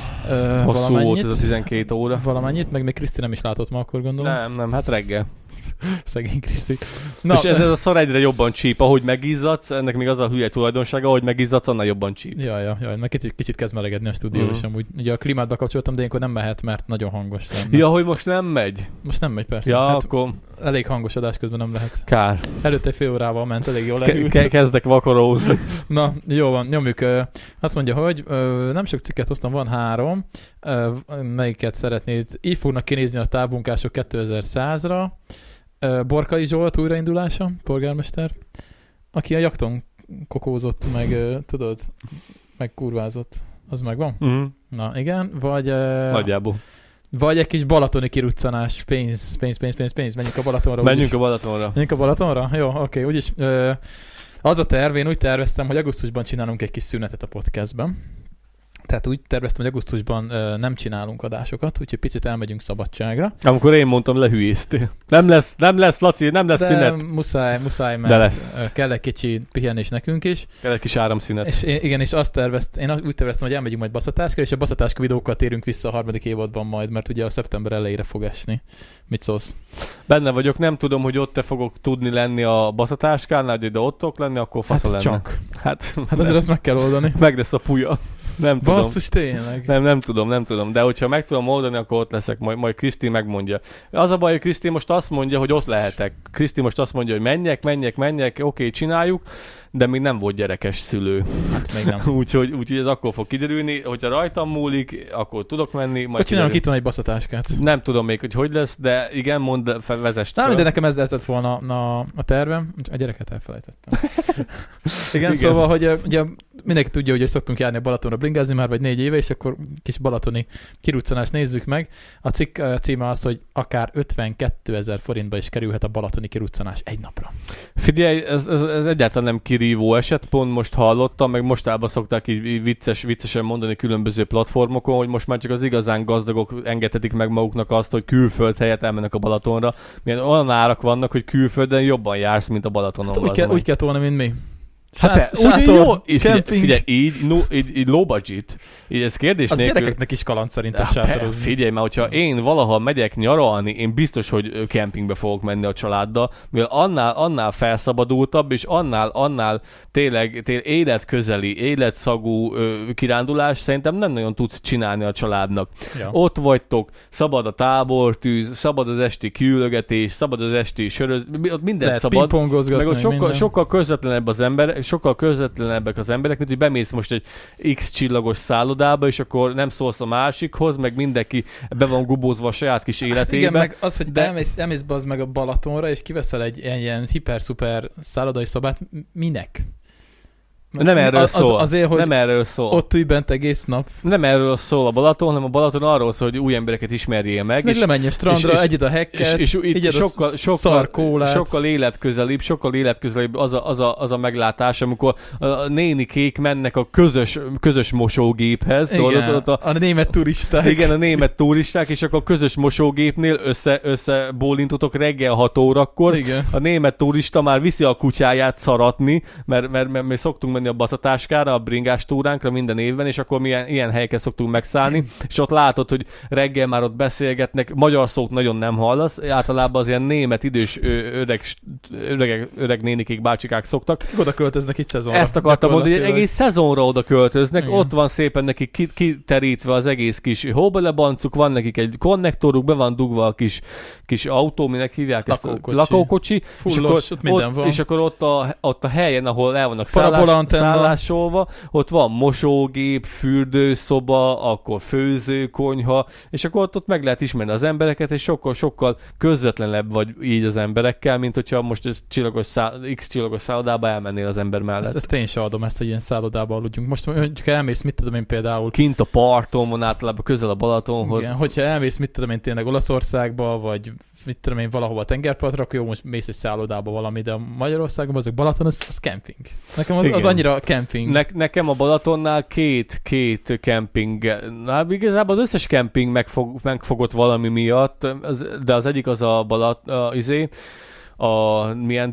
Hosszú volt ez a 12 óra. Valamennyit, meg még Kriszti nem is látott ma, akkor gondolom. Nem, hát reggel. Szegény Kriszti. És ez a szar egyre jobban csíp, ahogy megizzadsz, ennek még az a hülye tulajdonsága, ahogy megizzadsz, annál jobban csíp. Ja, meg kicsit kezd melegedni a stúdió, és amúgy ugye a klímát bekapcsoltam, de ilyenkor nem mehet, mert nagyon hangos lenne. Ja, hogy most nem megy? Most nem megy, persze. Ja, hát akkor... Elég hangos adás közben nem lehet. Kár. Előtte fél órával ment, elég jól leült. Kezdek vakarózni. Na, jó van, nyomjuk. Azt mondja, hogy nem sok cikket hoztam, van 3. Melyiket szeretnéd? Így fognak kinézni a távmunkások 2100-ra. Borkai Zsolt újraindulása, polgármester, aki a jakton kokózott, meg tudod, meg kurvázott. Az megvan? Mm. Na igen, vagy... Nagyjából. Vagy egy kis balatoni kiruccanás, pénz. Menjünk a Balatonra. Menjünk a Balatonra? Jó, oké. Úgyis az a terv, én úgy terveztem, hogy augusztusban csinálunk egy kis szünetet a podcastben. Tehát úgy terveztem, hogy augusztusban nem csinálunk adásokat, úgyhogy picit elmegyünk szabadságra. Amikor én mondtam, lehülyéztél. Nem lesz, Laci, nem lesz szünet. Muszáj, mert kell egy kicsi pihenés nekünk is. Kell egy kis áramszünet. És én úgy terveztem, hogy elmegyünk majd Baszatáskra, és a Baszatáska videókkal térünk vissza a 3. évadban majd, mert ugye a szeptember elejére fog esni. Mit szólsz? Benne vagyok, nem tudom, hogy ott te fogok tudni lenni a Baszatáskánál, hogy de ott tudok lenni, akkor fasza lenne. Csak. Hát azért azt meg kell oldani. Meg lesz a puja. Nem tudom. Basszus, tényleg. Nem tudom. De hogyha meg tudom oldani, akkor ott leszek. Majd Kriszti megmondja. Az a baj, hogy Kriszti most azt mondja, hogy ott lehetek. Kriszti most azt mondja, hogy menjek, oké, csináljuk, de még nem volt gyerekes szülő. Hát még nem. úgyhogy ez akkor fog kiderülni. Hogyha rajtam múlik, akkor tudok menni. Akkor csinálunk itt van egy Baszatáskát. Nem tudom még, hogy lesz, de igen, vezess. Nem, de nekem ez lett volna a tervem. A gyereket elfelejtettem. igen, szóval, hogy ugye mindenki tudja, hogy szoktunk járni a Balatonra bringázni már vagy 4 éve, és akkor kis balatoni kiruccanást nézzük meg. A cikk címe az, hogy akár 52 000 forintba is kerülhet a balatoni kiruccanás egy napra. Figyelj, ez egyáltalán nem kirívó eset, pont most hallottam, meg mostában szokták így viccesen mondani különböző platformokon, hogy most már csak az igazán gazdagok engedhetik meg maguknak azt, hogy külföld helyett elmennek a Balatonra. Milyen olyan árak vannak, hogy külföldön jobban jársz, mint a Balatonon. Hát úgy kell tolni, mint mi. Sátor, figyelj, így low budget, így ez kérdés az nélkül. Gyerekeknek is kaland szerintem sátorozni. Figyelj, mert hogyha én valaha megyek nyaralni, én biztos, hogy kempingbe fogok menni a családdal, mivel annál felszabadultabb, és annál tényleg életközeli, életszagú kirándulás szerintem nem nagyon tudsz csinálni a családnak. Ja. Ott vagytok, szabad a tábortűz, szabad az esti kiülögetés, szabad az esti söröz, ott mindent lehet szabad, meg ott sokkal közvetlenebbek az emberek, mint hogy bemész most egy X csillagos szállodába, és akkor nem szólsz a másikhoz, meg mindenki be van gubózva a saját kis életébe. Igen, meg az, hogy elmész be az meg a Balatonra, és kiveszel egy ilyen hiper-szuper szállodai szobát, minek? Nem erről szól. Azért, nem erről szól. Ott ülj bent egész nap. Nem erről szól a Balaton, hanem a Balaton arról szól, hogy új embereket ismerjél meg. Meg lemenj a strandra, egyed a hekket, és itt sokkal életközelibb az a meglátás, amikor a nénikék mennek a közös mosógéphez. Igen, a német turisták. Igen, a német turisták, és akkor a közös mosógépnél összebólintotok reggel 6 órakor. Igen. A német turista már viszi a kutyáját szaratni, mert mi szoktunk menni a Bacatáskára, a bringás túránkra minden évben, és akkor mi ilyen helyeken szoktunk megszállni, és ott látod, hogy reggel már ott beszélgetnek, magyar szót nagyon nem hallasz, általában az ilyen német idős öreg nénikék, bácsikák szoktak. Oda költöznek itt szezonra. Ezt akartam mondani, hogy egész szezonra oda költöznek, igen. Ott van szépen nekik kiterítve az egész kis hóbelebancuk, van nekik egy konnektoruk, be van dugva a kis autó, minek hívják ezt? Lakókocsi. Fullos, ott minden van. És akkor ott a helyen, ahol el vannak szállásolva, ott van mosógép, fürdőszoba, akkor főzőkonyha, és akkor ott meg lehet ismerni az embereket, és sokkal közvetlenebb vagy így az emberekkel, mint hogyha most ez X csillagos szállodába elmennél az ember mellett. Ezt én sem adom, hogy ilyen szállodába aludjunk. Most mondjuk elmész, mit tudom én például. Kint a parton van, általában közel a Balatonhoz. Igen, hogyha elmész, mit tudom én tényleg Olaszországba, vagy mit tudom én valahova a tengerpartra, akkor jó, most mész egy szállodába valami, de Magyarországon azok Balaton, az kemping. Nekem az annyira kemping. Nekem a Balatonnál két kemping, igazából az összes kemping megfogott valami miatt, de az egyik az milyen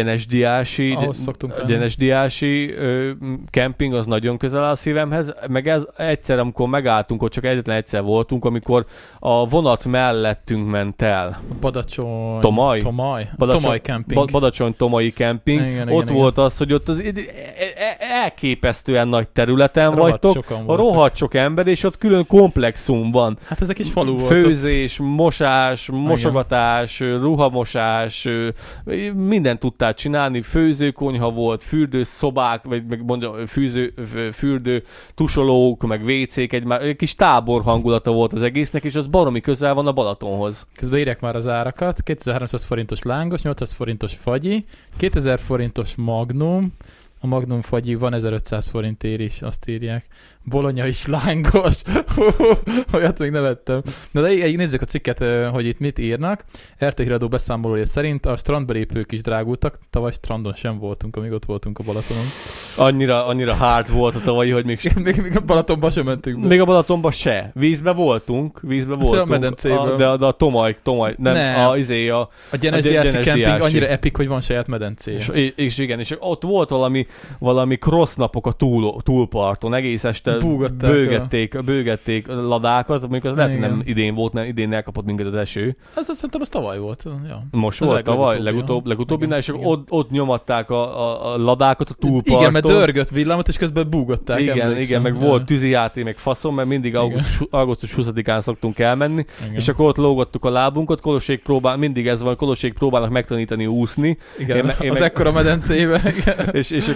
Gyenes-Diási kemping, az nagyon közel áll a szívemhez, meg ez egyszer, amikor megálltunk, ott csak egyetlen egyszer voltunk, amikor a vonat mellettünk ment el. Tomaj kemping. Badacsony-Tomai kemping. Igen, ott volt az, hogy ott az elképesztően nagy területen vagytok, rohadt sok ember, és ott külön komplexum van. Hát ezek is falu volt. Főzés, mosás, mosogatás, ruhamosás, mindent tudtál csinálni, főzőkonyha volt, fürdőszobák, vagy meg mondja, fürdő tusolók, meg WC-k, egy kis tábor hangulata volt az egésznek, és az baromi közel van a Balatonhoz. Közben írják már az árakat, 2300 forintos lángos, 800 forintos fagyi, 2000 forintos magnum, a Magnum fagyi van 1500 forintért is, azt írják. Bologna is lángos. Olyat még nevettem. Na de nézzük a cikket, hogy itt mit írnak. RT híradó beszámolója szerint a strandbelépők is drágultak. Tavaly strandon sem voltunk, amíg ott voltunk a Balatonon. Annyira hard volt a tavalyi, hogy még a Balatonba sem mentünk be. Még a Balatonba se. Vízbe voltunk. A medencében. De a Tomaj. Nem. A Gyenes-Diási kemping annyira epic, hogy van saját medencéje. És igen, és ott volt valami cross napok a túlparton, egész este bőgették ladákat, amikor az lehet, hogy nem idén volt, nem idén elkapott minket az eső. Szerintem az tavaly volt. Ja. Most ez volt tavaly, legutóbbinál, és ott nyomatták a ladákat a túlparton. Igen, mert dörgött villámot, és közben búgották. Igen, meg volt tűzijáték, meg faszom, mert mindig augusztus 20-án szoktunk elmenni, és akkor ott lógattuk a lábunkat, mindig ez van, Kolossék próbálnak megtanítani úszni. Igen, az ekkora medencébe. És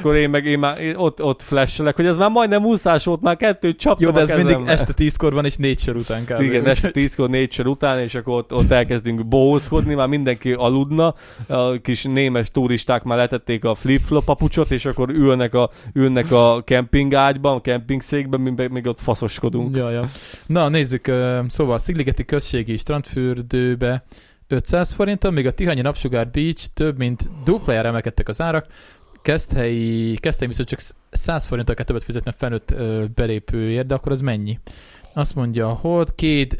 akkor én már ott flashelek, hogy ez már majdnem úszás volt, már 2 csaptam. Jó, de ez mindig este 10-kor van és 4 sor után kell. Igen, este 10-kor 4 sor után, és akkor ott elkezdünk bohózkodni, már mindenki aludna, a kis némes turisták már letették a flip-flop papucsot, és akkor ülnek a kempingágyban, a kempingszékben, még ott faszoskodunk. Ja. Na, nézzük, szóval Szigligeti községi strandfürdőbe 500 forinttal, még a Tihanyi Napsugár Beach több mint duplájára emelkedtek az árak. Keszthelyi viszont csak 100 forinttal kell többet fizetni a felnőtt belépőért, de akkor az mennyi? Azt mondja, hogy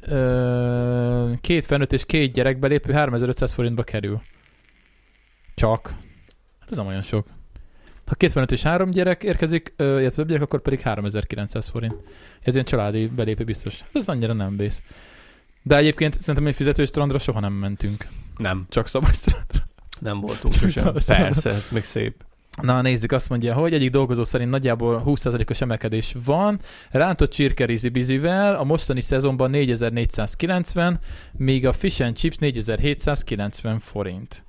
két felnőtt és 2 gyerek belépő 3500 forintba kerül. Csak. Hát ez nem olyan sok. Ha 2 felnőtt és 3 gyerek érkezik, illetve több gyerek, akkor pedig 3900 forint. Ez ilyen családi belépő biztos. Ez annyira nem vész. De egyébként szerintem egy fizetős strandra soha nem mentünk. Nem. Csak szabad strandra. Nem voltunk sosem. Persze, még szép. Na nézzük, azt mondja, hogy egyik dolgozó szerint nagyjából 20%-os emelkedés van. Rántott csirke bizivel a mostani szezonban 4490, míg a fish and chips 4790 forint.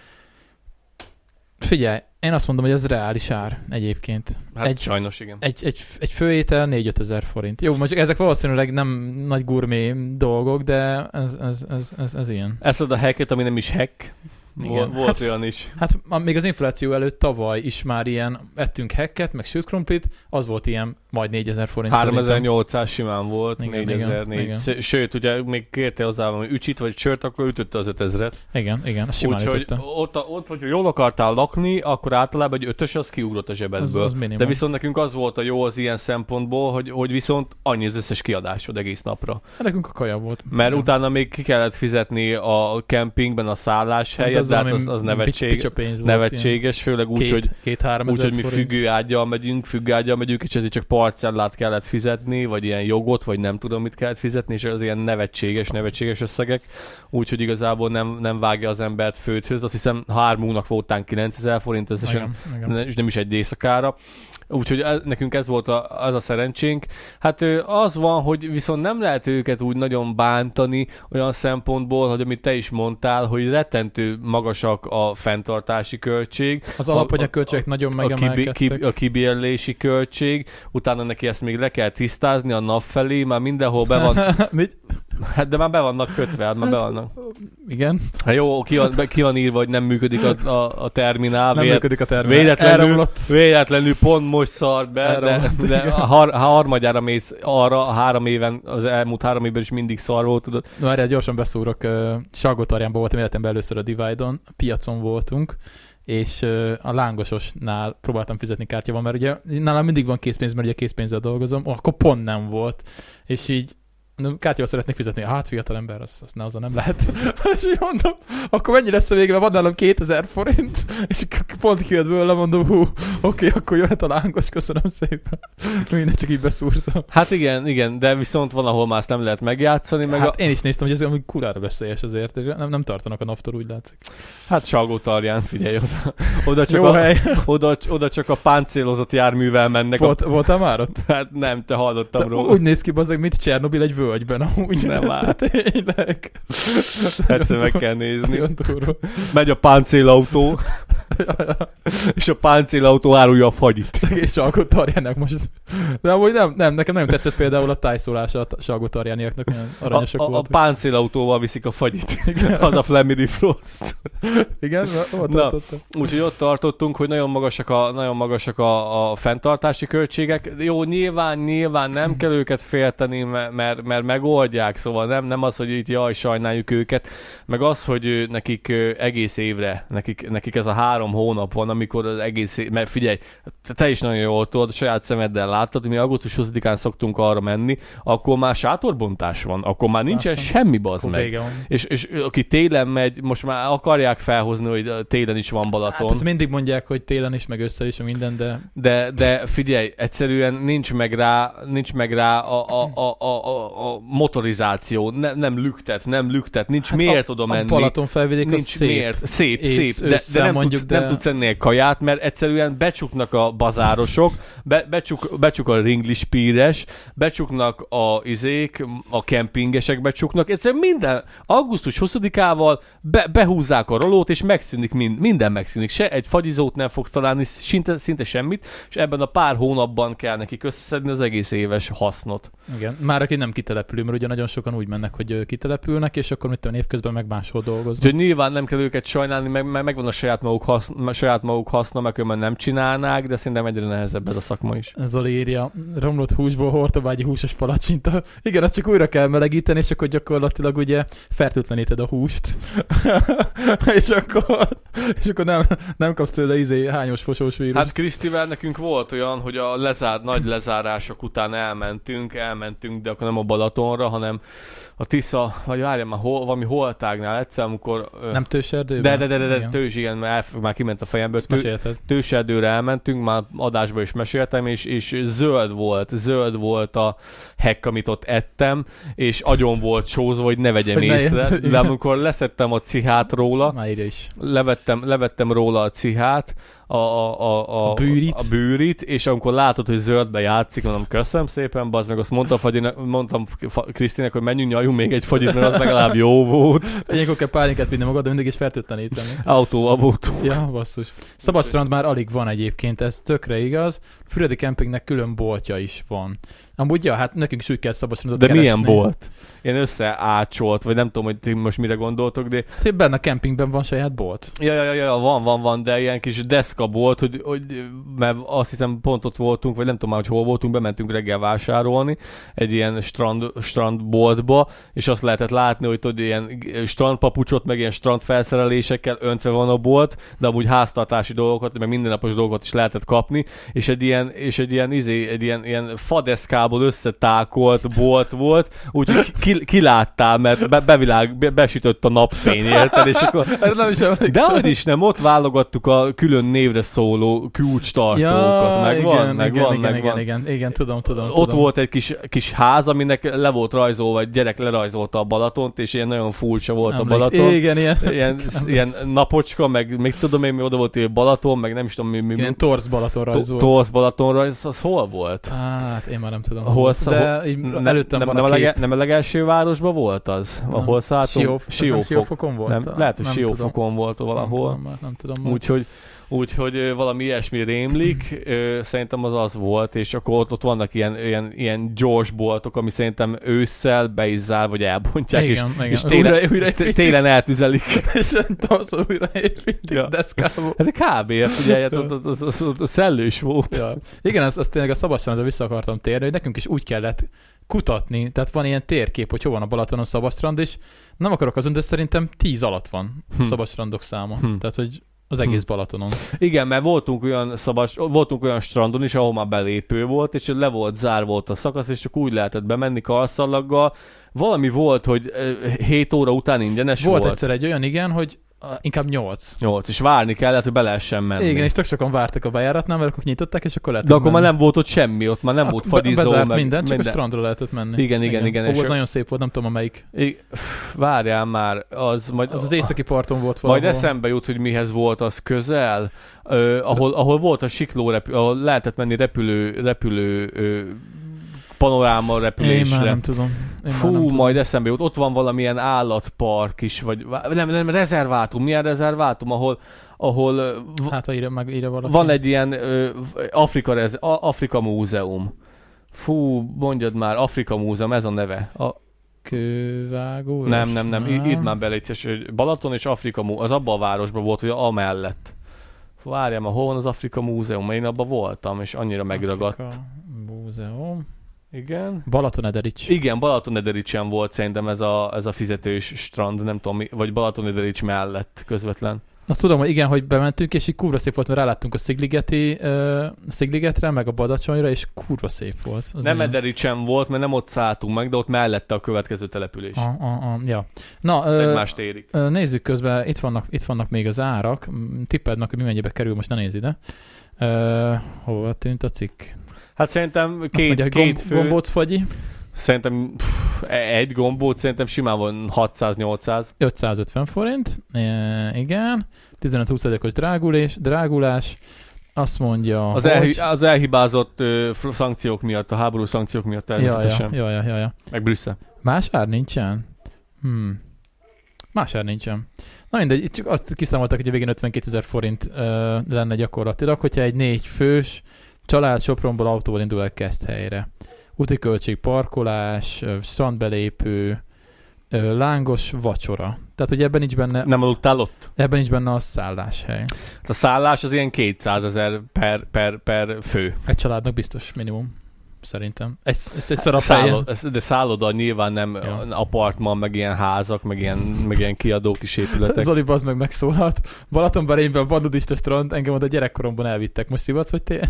Figyelj, én azt mondom, hogy ez reális ár egyébként. Hát sajnos igen. Egy főétel 4-5 ezer forint. Jó, mondjuk ezek valószínűleg nem nagy gurmé dolgok, de ez ilyen. Eszed a hacket, ami nem is hack. Volt olyan is. Hát még az infláció előtt tavaly is már ilyen ettünk hacket, meg sült krumplit, az volt ilyen majd 4000 forint. 3800 simán volt, igen, 4004. Sőt, ugye még kérte hozzá valami ücsit vagy sört, akkor ütötte az 5000-et. Igen, simán ütötte. Ott, hogyha jól akartál lakni, akkor általában egy 5-ös az kiugrott a zsebedből. Az de viszont nekünk az volt a jó az ilyen szempontból, hogy viszont annyi az összes kiadásod egész napra. Hát nekünk a kaja volt. Mert utána még ki kellett fizetni a kempingben a szállás helyet, de hát az nevetséges, főleg úgy, hogy mi függőággyal megyünk, és ezért csak parcellát kellett fizetni, vagy ilyen jogot, vagy nem tudom mit kellett fizetni, és az ilyen nevetséges összegek, úgyhogy igazából nem vágja az embert főthöz. Azt hiszem 3 voltán 9000 forint összesen, és nem is egy éjszakára. Úgyhogy nekünk ez volt az a szerencsénk. Hát az van, hogy viszont nem lehet őket úgy nagyon bántani olyan szempontból, hogy amit te is mondtál, hogy rettentő magasak a fenntartási költség. Az alapanyagköltségek nagyon megemelkedtek. A kibérlési költség, utána neki ezt még le kell tisztázni a nap felé, már mindenhol be van... Mit? Hát de már be vannak kötve, már be vannak. Igen. Hát jó, ki van írva, hogy nem működik a terminál. Nem működik a terminál. Véletlenül pont most szart be, de ha harmadjára mész arra, az elmúlt 3 évben is mindig szar volt, tudod. No, erre gyorsan beszúrok. Salgótarjánban voltam életemben először a Divide-on, piacon voltunk, és a lángososnál próbáltam fizetni kártyával, mert ugye nálam mindig van készpénz, mert ugye készpénzzel dolgozom, akkor pont nem volt. És így kártyával szeretnék fizetni. Hát fiatal ember, azt nem lehet. És így mondom, akkor mennyi lesz a végre? Van nálam 2000 forint, és pont kijött bőle, mondom, oké, akkor jöhet a lángos, köszönöm szépen. Minden csak így beszúrtam. Hát igen, de viszont van, ahol már ezt nem lehet megjátszani. Hát én is néztem, hogy ez ami kurára veszélyes azért, nem tartanak a naptól, úgy látszik. Hát Salgótarján, figyelj oda csak a páncélozott járművel mennek. Voltál már ott? Hát nem, te hallottam róla. Úgy néz ki, bazdmeg, mint Csernobil egy völgyben, amúgy. Nem áll. Tényleg. Egyszer meg kell nézni. Megy a páncélautó, és a páncélautó árulja a fagyit. Szegény Salgótarjánnak most. De amúgy nem, nekem nagyon tetszett például a tájszólása a Salgótarjániaknak, olyan aranyosak voltak. A páncélautóval viszik a fagyit. Az a Flammy Frost. Igen? Úgyhogy ott tartottunk, hogy nagyon magasak a fenntartási költségek. Jó, nyilván nem kell őket félteni, mert megoldják, szóval nem az, hogy itt jaj, sajnáljuk őket, meg az, hogy nekik egész évre, nekik ez a 3 hónap van, amikor az egész mert figyelj, te is nagyon jól tudod, a saját szemeddel láttad, mi augusztus 20-án szoktunk arra menni, akkor már sátorbontás van, akkor már nincsen semmi, bazd meg. És aki télen megy, most már akarják felhozni, hogy télen is van Balaton. Hát ezt mindig mondják, hogy télen is, meg össze is, minden, de figyelj, egyszerűen nincs meg rá a motorizáció, nem lüktet, nincs Hát miért oda menni. A Balaton felvidék az nincs szép. Miért. Szép, de nem tudsz enni egy kaját, mert egyszerűen becsuknak a bazárosok, becsuk a ringlispíres, becsuknak a kempingesek becsuknak, egyszerűen minden augusztus 20-ával behúzzák a rolót, és megszűnik minden megszűnik. Se egy fagyizót nem fogsz találni, szinte semmit, és ebben a pár hónapban kell nekik összeszedni az egész éves hasznot. Igen, már aki nem kitelepülő, mert ugye nagyon sokan úgy mennek, hogy kitelepülnek, és akkor mit tudom, évközben meg máshol dolgoznak. Úgyhogy nyilván nem kell őket sajnálni, megvan a saját maguk haszna, meg ők nem csinálnák, de szerintem egyre nehezebb ez a szakma is. Zoli írja, romlott húsból hortobágyi húsos palacsinta. Igen, azt csak újra kell melegíteni, és akkor gyakorlatilag ugye fertőtleníted a húst. és akkor nem kapsz tőle hányos fosós vírus. Hát Krisztivel nekünk volt olyan, hogy a nagy lezárások után elmentünk, de akkor nem a Balatonra, hanem a Tisza, vagy várjál már, valami holtágnál egyszer, amikor... Nem Tőserdőben? De Tős, igen, már kiment a fejemből. Tőserdőre elmentünk, már adásba is meséltem, és zöld volt a hekk, amit ott ettem, és agyon volt sózva, hogy ne vegyem észre. De amikor leszettem a cihát róla, levettem róla a cihát, a bűrit, és amikor látod, hogy zöldbe játszik, mondom, köszönöm szépen, bazd meg, azt mondtam Krisztinek, hogy menjünk, nyaljunk még egy fagyit, mert az legalább jó volt. Ilyenkor kell pálinkát vinni magad, de mindig is fertőtleníteni. Autóval voltunk. Ja, basszus. Szabadstrand már alig van egyébként, ez tökre igaz. Füredi kempingnek külön boltja is van. Amúgy, ja, hát nekünk is úgy kell szabadstrandot keresni. De milyen bolt? Ilyen összeácsolt, vagy nem tudom, hogy ti most mire gondoltok, de... Hát benne a kempingben van saját bolt? Ja, van, de ilyen kis deszka bolt, hogy mert azt hiszem pont ott voltunk, vagy nem tudom már, hogy hol voltunk, bementünk reggel vásárolni egy ilyen strandboltba, és azt lehetett látni, hogy tudod, ilyen strandpapucsot, meg ilyen strandfelszerelésekkel öntve van a bolt, de amúgy háztartási dolgokat, meg mindennapos dolgokat is lehetett kapni, és egy ilyen fadeszkából összetákolt bolt volt, úgyhogy kiláttál, mert besütött a napfény, érted? És akkor... De hogy is nem, ott válogattuk a külön névre szóló kulcstartókat. Igen, tudom. Ott volt egy kis ház, aminek le volt rajzolva, egy gyerek lerajzolta a Balatont, és ilyen nagyon furcsa volt a Balaton. Igen, ilyen napocska, meg még tudom én, mi oda volt egy Balaton, meg nem is tudom mi. Ilyen Torz Balaton rajzolt. Torz Balaton rajz, az hol volt? Hát, én már nem tudom. Előttem van a kép. Nem a legelső városban volt az? Ahol szálltunk? Siófokon volt? Nem, lehet, hogy Siófokon volt valahol. Nem tudom. Úgyhogy valami ilyesmi rémlik, szerintem az volt, és akkor ott vannak ilyen gyors boltok, ami szerintem ősszel be is zár, vagy elbontják, igen. És télen eltüzelik. És tavaszon újraépítik deszkából. Hát kb. Ugye, az szellős volt. Ja. Igen, azt tényleg a Szabadstrandra vissza akartam térni, hogy nekünk is úgy kellett kutatni, tehát van ilyen térkép, hogy hol van a Balatonon Szabadstrand, és nem akarok azon, de szerintem 10 alatt van Szabadstrandok száma. Tehát, hogy az egész Balatonon. Igen, mert voltunk olyan strandon is, ahol már belépő volt, és le volt volt a szakasz, és csak úgy lehetett bemenni karszalaggal. Valami volt, hogy 7 óra után ingyenes volt. Volt egyszer egy olyan, igen, hogy inkább 8. 8, és várni kellett, hogy be lehessen menni. Igen, és tök sokan vártak a bejáratnál, mert akkor nyitották, és akkor lehetett de akkor menni. Már nem volt ott semmi, ott már nem volt fagyizó. Bezárt minden, csak a strandra lehetett menni. Igen. Az nagyon szép volt, nem tudom, amelyik. Várjál már, az északi parton volt valahol. Majd eszembe jut, hogy mihez volt az közel, ahol volt a siklórepülő, ahol lehetett menni repülő panoráma repülésre. Én már nem tudom. Majd eszembe jut. Ott van valamilyen állatpark is, vagy nem, rezervátum. Milyen rezervátum, ahol hát, ha írja valaki. Van egy ilyen Afrika múzeum. Mondjad már, Afrika múzeum, ez a neve. Kővágó? Nem. Itt már belétszes, Balaton és Afrika múzeum. Az abban a városban volt, hogy amellett. Várjál már, hol van az Afrika múzeum? Én abban voltam, és annyira megragadt. Afrika múzeum. Igen. Balatonederics. Igen, Balatonedericsen volt szerintem ez a fizetős strand, nem tudom, vagy Balatonederics mellett közvetlen. Azt tudom, hogy igen, hogy bementünk, és így kurva szép volt, mert ráláttunk a Szigligetre, meg a Badacsonyra, és kurva szép volt. Az nem Edericsen volt, mert nem ott szálltunk meg, de ott mellette a következő település. Ja. Na, egymást érik. Nézzük közben, itt vannak még az árak. Tippeld meg, hogy mi mennyibe kerül, most ne nézd ide. Hova tűnt a cikk? Hát szerintem két fő... Gombóc fagyi. Szerintem Egy gombóc szerintem simán van 600-800. 550 forint, igen. 15-20%-os drágulás. Azt mondja, az elhibázott szankciók miatt, a háború szankciók miatt természetesen. Ja. Meg Brüsszel. Más ár nincsen? Más ár nincsen. Na mindegy, csak azt kiszámolták, hogy a végén 52 000 forint lenne gyakorlatilag, hogyha egy 4 fős család Sopronból autóval indul el Keszthelyre. Úti költség, parkolás, strandbelépő, lángos vacsora. Tehát, hogy ebben nincs benne... Nem aludtál ott? Ebben nincs benne a szálláshely. A szállás az ilyen 200 000 per fő. Egy családnak biztos minimum. Szerintem. Egy szaraphelyen. De szálloda nyilván nem apartman, meg ilyen házak, meg ilyen kiadó kis épületek. Zoli bazd meg megszólalt. Balatonberényben van nudista strand, engem oda gyerekkoromban elvittek. Most szivatsz, vagy tényleg?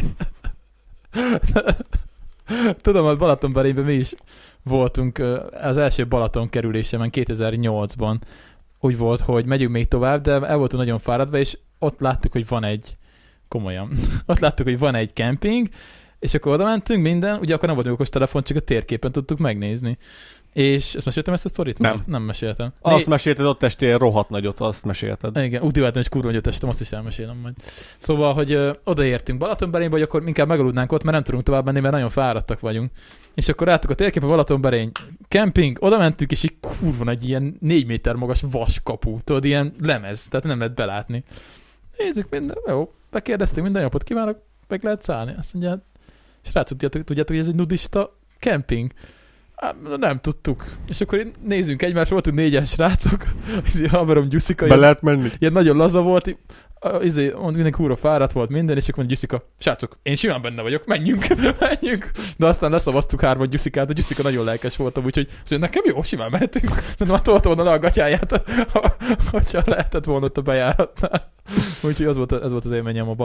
Tudom, hogy Balatonberényben mi is voltunk az első Balaton kerülésemen 2008-ban. Úgy volt, hogy megyünk még tovább, de el voltunk nagyon fáradva, és ott láttuk, hogy van egy ott láttuk, hogy van egy kemping, és akkor oda mentünk minden, ugye akkor nem volt okos telefon, csak a térképen tudtuk megnézni. És ezt meséltem ezt a sztorit? Nem meséltem. Azt mesélted, ott estél rohadt nagyot, azt mesélted. Igen, úgy váltam, és kurva nagyot estem, azt is elmesélem majd. Szóval, hogy odaértünk Balatonberénybe, hogy akkor inkább megaludnánk ott, mert nem tudunk tovább menni, mert nagyon fáradtak vagyunk. És akkor láttuk a térképen Balatonberény kemping, oda mentünk, és így kurva nagy ilyen 4 méter magas vaskapu, tudod, ilyen lemez, tehát nem lehet belátni. Nézzük minden, jó, bekérdeztünk, minden napot kívánok, meg lehet szállni. Azt mondja, srácok, tudjátok, hogy ez egy nudista kemping? Nem tudtuk. És akkor nézzünk egymásra, voltunk 4-en srácok, haverom Gyuszika. Be lehet menni? Ilyen nagyon laza volt, mindenki húra fáradt volt minden, és akkor mondja Gyuszika, srácok, én simán benne vagyok, menjünk. De aztán leszavaztuk 3 Gyuszikát, a Gyuszika nagyon lelkes voltam, úgyhogy nekem jó, simán mehetünk. Szerintem már tolta volna le a gatyáját, hogyha lehetett volna ott a bejáratnál. Úgyhogy ez volt az élményem a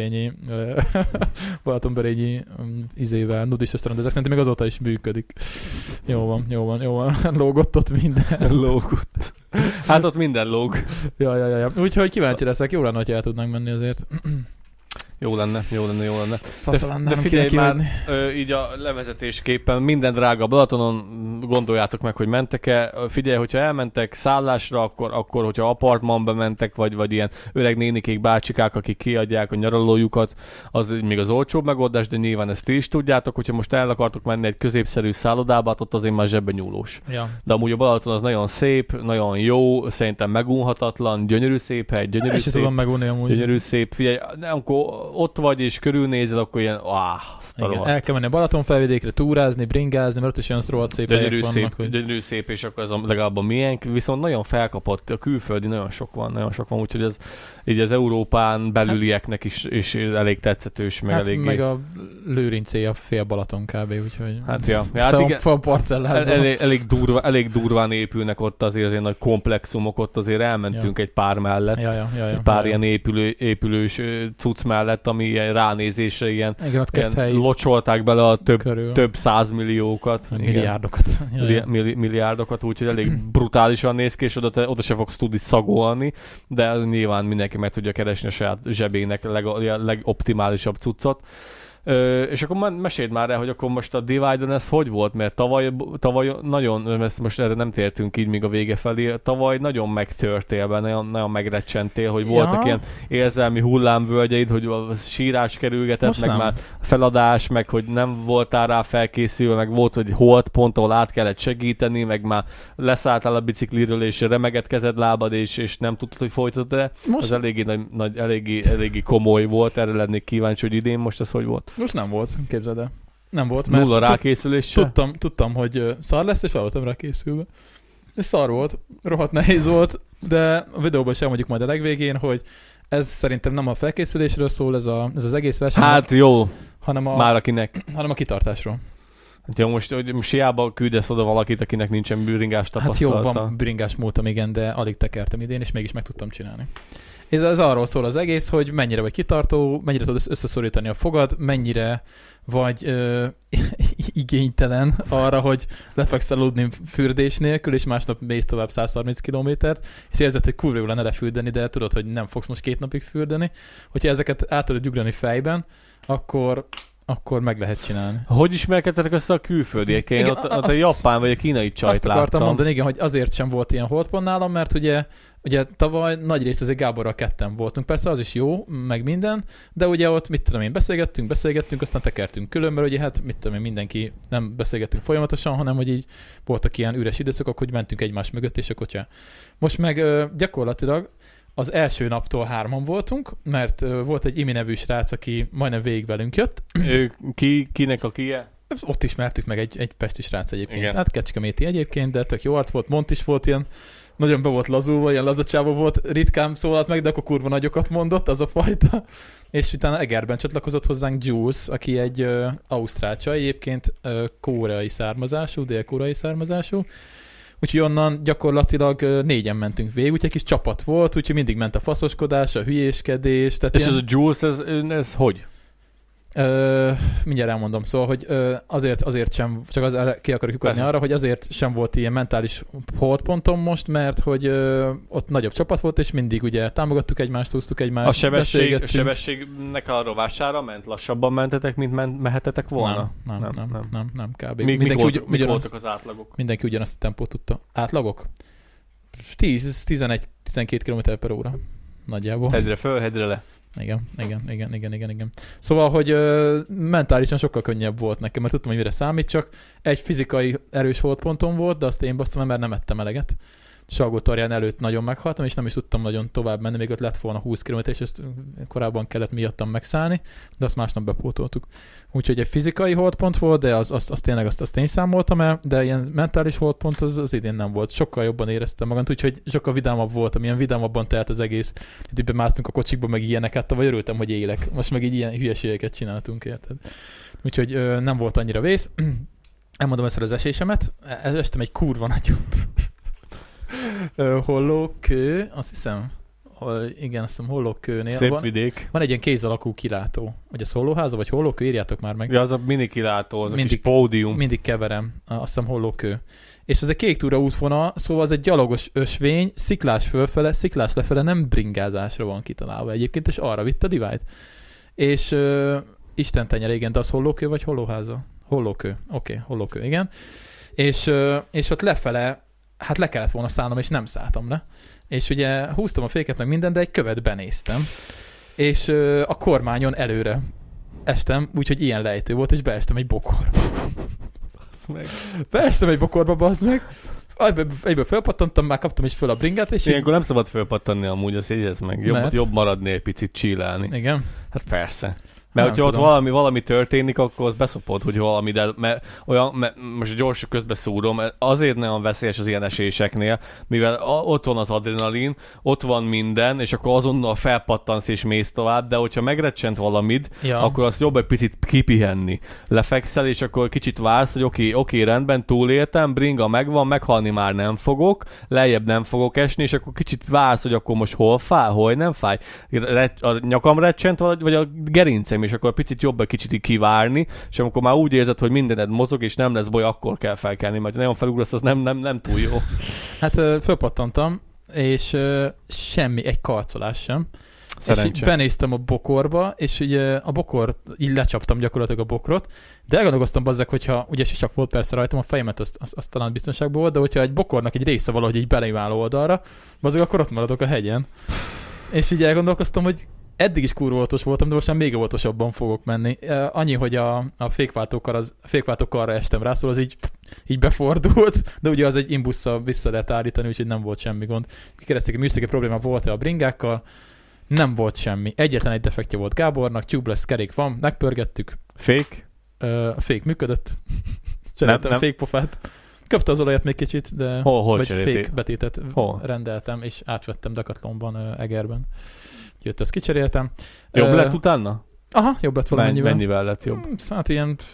Balatonberényi izével, nudista strandozák. Szerintem még azóta is működik. Jó van. Lógott ott minden. Lógott. Hát ott minden lóg. Ja. Úgyhogy kíváncsi leszek, jó lenne, hogy el tudnánk menni azért. Jó lenne. Fasza lenne, de figyelj már, így a levezetésképpen minden drága Balatonon, gondoljátok meg, hogy mentek-e. Figyelj, hogyha elmentek szállásra, akkor hogyha apartmanba mentek, vagy ilyen öreg nénikék, bácsikák, akik kiadják a nyaralójukat, az még az olcsóbb megoldás, de nyilván ezt ti is tudjátok, hogyha most el akartok menni egy középszerű szállodába, ott azért már zsebben nyúlós. Ja. De amúgy a Balaton az nagyon szép, nagyon jó, szerintem megúhatatlan, gyönyörű szép hely, gyönyörű szép. Tudom megúni amúgy. Gyönyörű szép. Figyelj, amikor ott vagy és körülnézel, akkor ilyen, el kell menni a Balatonfelvidékre, túrázni, bringázni, mert ott is olyan rohadt szép helyek vannak. Hogy... Gyönyörű szép, és akkor ez legalább a miénk, viszont nagyon felkapott, a külföldi nagyon sok van, úgyhogy ez így az Európán belülieknek is elég tetszetős, meg hát eléggé. meg a Lőrincé a fél Balaton kb, úgyhogy hát ja. Hát igen, elég durván épülnek ott azért nagy komplexumok, ott azért elmentünk egy pár mellett, egy pár ilyen épülős cucc mellett, ami ilyen ránézésre ilyen locsolták bele a több 100 milliókat. Milliárdokat, úgyhogy elég brutálisan néz ki, és oda se fogsz tudni szagolni, de nyilván mindenki meg tudja keresni a saját zsebének a legoptimálisabb cuccot. És akkor meséld már el, hogy akkor most a Divide-on ez hogy volt, mert tavaly nagyon, ezt most erre nem tértünk így még a vége felé, tavaly nagyon megtörtél be, nagyon megrecsentél, hogy voltak ilyen érzelmi hullámvölgyeid, hogy a sírás kerülgetett, most meg nem. Már feladás, meg hogy nem voltál rá felkészülve, meg volt, hogy holt pont, ahol át kellett segíteni, meg már leszálltál a bicikliről, és remegett kezed-lábad, és nem tudtad, hogy folytatod, de az eléggé komoly volt, erre lennék kíváncsi, hogy idén most ez hogy volt. Most nem volt, képzeld el. Nem volt, mert nulla rákészüléssel? Tudtam, hogy szar lesz, és fel voltam rá készülve. Ez szar volt, rohadt nehéz volt, de a videóban sem mondjuk majd a legvégén, hogy ez szerintem nem a felkészülésről szól, ez az egész verseny. Hát jó, hanem már akinek. Hanem a kitartásról. Hát jó, most hiába küldesz oda valakit, akinek nincsen bűringás tapasztalata. Hát jó, van bűringás múltam, igen, de alig tekertem idén, és mégis meg tudtam csinálni. Ez arról szól az egész, hogy mennyire vagy kitartó, mennyire tudod összeszorítani a fogad, mennyire vagy igénytelen arra, hogy lefekszel aludni fürdés nélkül, és másnap mész tovább 130 kilométert, és érzed, hogy kurva jó lenne lefürdeni, de tudod, hogy nem fogsz most 2 napig fürdeni. Hogyha ezeket át tudod ugrani fejben, akkor akkor meg lehet csinálni. Hogy ismerkedtetek össze a külföldiekkel? Én Igen, ott a japán vagy a kínai csajt azt akartam láttam. mondani, igen, hogy azért sem volt ilyen holdpont nálam, mert ugye tavaly nagy rész azért Gáborral ketten voltunk. Persze az is jó, meg minden, de ugye ott mit tudom én, beszélgettünk, aztán tekertünk külön, mert ugye hát mit tudom én, mindenki nem beszélgettünk folyamatosan, hanem hogy így voltak ilyen üres időszakok, hogy mentünk egymás mögött, és akkor csá. Most meg gyakorlatilag az első naptól 3-an voltunk, mert volt egy Imi nevű srác, aki majdnem végig velünk jött. Ő kinek a kie? Ott ismertük meg egy pesti srác egyébként. Igen. Hát Kecskeméti egyébként, de tök jó arc volt, Mont is volt ilyen, nagyon be volt lazulva, ilyen lazacsávó volt, ritkán szólalt meg, de akkor kurva nagyokat mondott, az a fajta. És utána Egerben csatlakozott hozzánk Jules, aki egy ausztrál csaj, egyébként koreai származású, dél-koreai származású. Úgyhogy onnan gyakorlatilag 4-en mentünk végig, úgyhogy egy kis csapat volt, úgyhogy mindig ment a faszoskodás, a hülyéskedés. Tehát És ilyen... ez a Jules, ez hogy? Mindjárt elmondom, szóval, hogy azért sem, csak ki akarok lyukadni arra, hogy azért sem volt ilyen mentális holdpontom most, mert hogy ott nagyobb csapat volt, és mindig ugye támogattuk egymást, húztuk egymást, A sebességnek a rovására ment? Lassabban mentetek, mint mehetetek volna? Nem, kb. Mik voltak az átlagok? Mindenki ugyanazt a tempót tudta. Átlagok? 10-11-12 km/h nagyjából. Hegyre föl, hegyre le. Igen. Szóval, hogy mentálisan sokkal könnyebb volt nekem, mert tudtam, hogy mire számít, csak egy fizikai erős holdponton volt, de azt én basztam, mert nem ettem eleget. Salgótarján előtt nagyon meghaltam, és nem is tudtam nagyon tovább menni, még ott lett volna 20 km, és ezt korábban kellett miattam megszállni, de azt másnap bepótoltuk. Úgyhogy egy fizikai holdpont volt, de azt tényleg azt én számoltam el, de ilyen mentális holdpont az idén nem volt. Sokkal jobban éreztem magam, úgyhogy sokkal vidámabb voltam, ilyen vidámabban telt az egész. Itt bemásztunk a kocsikba, meg ilyeneket, vagy örültem, hogy élek. Most meg így ilyen hülyeségeket csináltunk, érted? Úgyhogy nem volt annyira vész. Elmondom ezt az esésemet. Estem egy kurva nagyot. Hollókő, azt hiszem, igen, azt hiszem Hollókőnél Szép vidék. Van egy ilyen kéz alakú kilátó. Vagy a Szólóháza, vagy Hollókő, írjátok már meg. Ja, az a mini kilátó, az mindig, a kis pódium. Mindig keverem, azt hiszem Hollókő. És ez egy kék túra útvonal, szóval az egy gyalogos ösvény, sziklás fölfele, sziklás lefele, nem bringázásra van kitalálva egyébként, és arra vitt a Divide. És Isten tenyere, igen, de az Hollókő vagy Hollóháza? Hollókő, oké, Hollókő, igen. És ott lefele hát le kellett volna szállnom, és nem szálltam le. És ugye húztam a féket meg minden, de egy követ benéztem. És a kormányon előre estem, úgyhogy ilyen lejtő volt, és beestem egy bokorba. Beestem egy bokorba, bazd meg. Egyből fölpattantam, már kaptam is föl a bringát, és... Ilyenkor nem szabad fölpattanni amúgy, azt jegyezd meg. Jobb maradni egy picit csillálni. Igen. Hát persze. Mert hogyha ott valami történik, akkor az beszopod, hogy valami, de most gyorsan közbeszúrom, azért nagyon veszélyes az ilyen eséseknél, mivel ott van az adrenalin, ott van minden, és akkor azonnal felpattansz és mész tovább, de hogyha megrecsent valamid, akkor azt jobb egy picit kipihenni. Lefekszel, és akkor kicsit vársz, hogy oké, rendben, túléltem, bringa megvan, meghalni már nem fogok, lejjebb nem fogok esni, és akkor kicsit vársz, hogy akkor most hol fáj, hol nem fáj. A nyakam recsent, vagy a gerincem, és akkor picit jobb egy kicsit kivárni, és amikor már úgy érzed, hogy mindened mozog, és nem lesz baj, akkor kell felkelni, mert nagyon felugrasz, az nem túl jó. Hát fölpattantam, és semmi, egy karcolás sem. Szerencse. És benéztem a bokorba, és ugye a bokor, így lecsaptam gyakorlatilag a bokrot, de elgondolkoztam bazzeg, hogyha, ugye csak volt persze rajtam, a fejemet azt talán biztonságban volt, de hogyha egy bokornak egy része valahogy így belévál oldalra, bazzeg, akkor ott maradok a hegyen. És így elgondolkoztam, hogy eddig is kurva óvatos voltam, de most már még óvatosabban fogok menni. Annyi, hogy a fékváltókarra estem rá, szóval az így befordult, de ugye az egy imbusszal vissza lehet állítani, úgyhogy nem volt semmi gond. Kikereszték, hogy műszaki probléma volt-e a bringákkal, nem volt semmi. Egyetlen egy defektje volt Gábornak, tubeless kerék van, megpörgettük. Fék? A fék működött. Cseréltem a fékpofát. Kapta az olajat még kicsit, de hol fék betétet rendeltem, és átvettem Decathlonban, Egerben. Jött, ezt kicseréltem. Jobb lett utána? Aha, jobb lett valamennyivel. Mennyivel lett jobb? Hát ilyen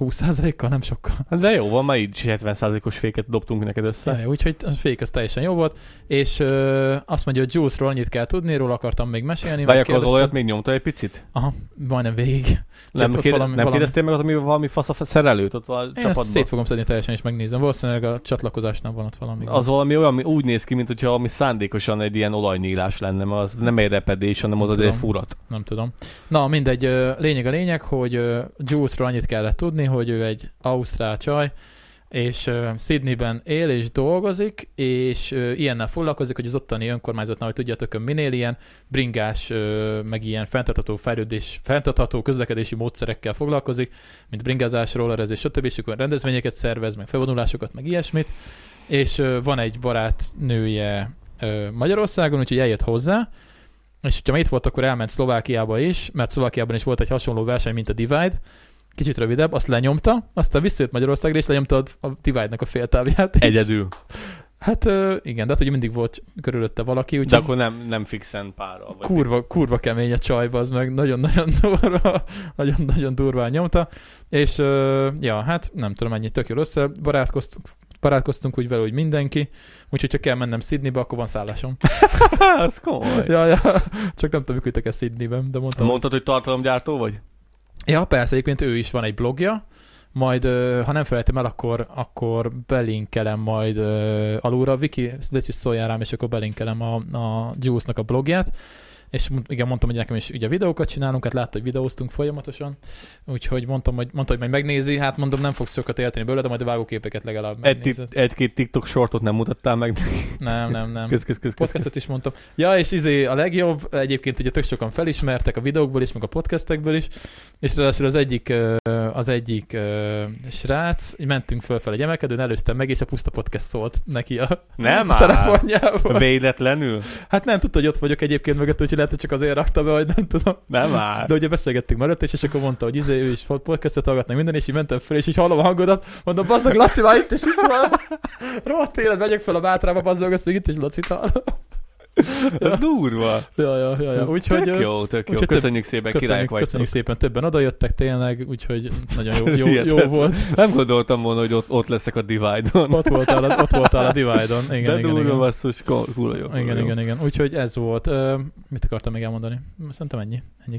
20%-kal, nem sokkal. De jó, van, már így is 70%-os féket dobtunk neked össze. Ja, úgyhogy a fék az teljesen jó volt, és azt mondja, hogy Juice-ról annyit kell tudni, róla akartam még mesélni. Vagy akkor az olajat még nyomta egy picit? Aha, majdnem végig. Nem kérdeztél meg ott, ami valami fasz a szerelőt ott a csapatban? Szét fogom szedni teljesen, és megnézem. Valószínűleg a csatlakozásnál van ott valami. Az valami olyan, ami úgy néz ki, mint hogyha ami szándékosan egy ilyen olajnyílás lenne, mert az nem egy repedés, hanem az egy furat. Nem tudom. Na, mindegy, lényeg, hogy Juice-ról annyit kellett tudni, hogy ő egy ausztrál csaj, és Sydneyben él és dolgozik, és ilyennel foglalkozik, hogy az ottani önkormányzatnál, hogy tudjátok, minél ilyen bringás, meg ilyen fenntartható közlekedési módszerekkel foglalkozik, mint bringázás, rollerezés, stb. És akkor rendezvényeket szervez, meg felvonulásokat, meg ilyesmit, és van egy barátnője Magyarországon, úgyhogy eljött hozzá, és hogyha itt volt, akkor elment Szlovákiába is, mert Szlovákiában is volt egy hasonló verseny, mint a Divide, kicsit rövidebb, azt lenyomta, aztán visszajött Magyarországra, és lenyomta a Divide-nak a féltávját. Egyedül. Hát igen, de hát ugye mindig volt körülötte valaki, úgyhogy... De akkor nem fixen párral. Kurva kemény a csajba, az meg nagyon-nagyon durva, nagyon-nagyon durván nyomta, és ja, hát nem tudom, ennyi tök jól össze, barátkoztunk úgy vele, hogy mindenki, úgyhogy ha kell mennem Sydneybe, akkor van szállásom. Ez komoly. Ja, csak nem tudom, mikor jöttek el Sydneyben, de mondtam. Mondtad, hogy tartalomgyártó vagy? Ja, persze, egyébként ő is van egy blogja, majd ha nem felejtem el, akkor belinkelem majd alulra, Viki, de szóljál rám, és akkor belinkelem a Juice-nak a blogját, és igen, mondtam, hogy nekem is ugye videókat csinálunk, hát látta, hogy videóztunk folyamatosan, úgyhogy mondta, hogy majd megnézi, hát mondom, nem fogsz sokat érteni belőle, de majd a vágóképeket legalább megnézed. Egy-két TikTok shortot nem mutattál meg? Nem. Kösz. Podcastot is mondtam. Ja, és a legjobb, egyébként ugye tök sokan felismertek a videókból is, meg a podcastekből is, és ráadásul az egyik srác, így mentünk fölfel egy emelkedőn, előztem meg, és a Puszta Podcast szólt neki a telefonjával. Véletlenül? Hát nem tudta, hogy ott vagyok egyébként mögött, úgyhogy lehet, hogy csak azért rakta be, hogy nem tudom. Nem már. De ugye beszélgettünk már előtt, és akkor mondta, hogy ő is podcastet hallgatnak minden, és így mentem fel, és így hallom a hangodat, mondom, bazzag, Laci már itt, és itt van. Rohadt élet, megyek fel a Bátrába, bazzag, azt még itt is Lacit hallom. Ez durva. Ja. Úgyhogy, tök jó. Köszönjük szépen, királyok vagytok. Köszönjük szépen, többen odajöttek tényleg, úgyhogy nagyon jó volt. Nem gondoltam volna, hogy ott leszek a Divide-on. Ott voltál a Divide-on. Igen, de durva basszus, kurva jó. Igen. Úgyhogy ez volt. Mit akartam még elmondani? Szerintem ennyi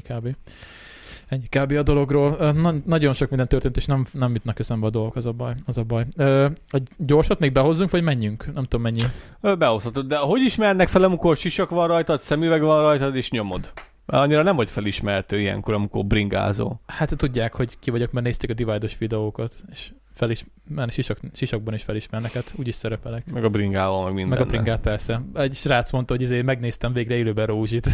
kb. A dologról. Nagyon sok minden történt, és nem jutnak eszembe a dolgok, az a baj. Egy gyorsat még behozzunk, vagy menjünk? Nem tudom mennyi. Behozhatod, de hogy ismernek fel, amikor sisak van rajtad, szemüveg van rajtad, és nyomod? Annyira nem vagy felismertő ilyenkor, amikor bringázol. Hát tudják, hogy ki vagyok, mert nézték a Divide-os videókat, és sisakban is felismernek, hát úgyis szerepelek. Meg a bringával, meg minden. Meg a bringát persze. Egy srác mondta, hogy megnéztem végre élőben Rózsit.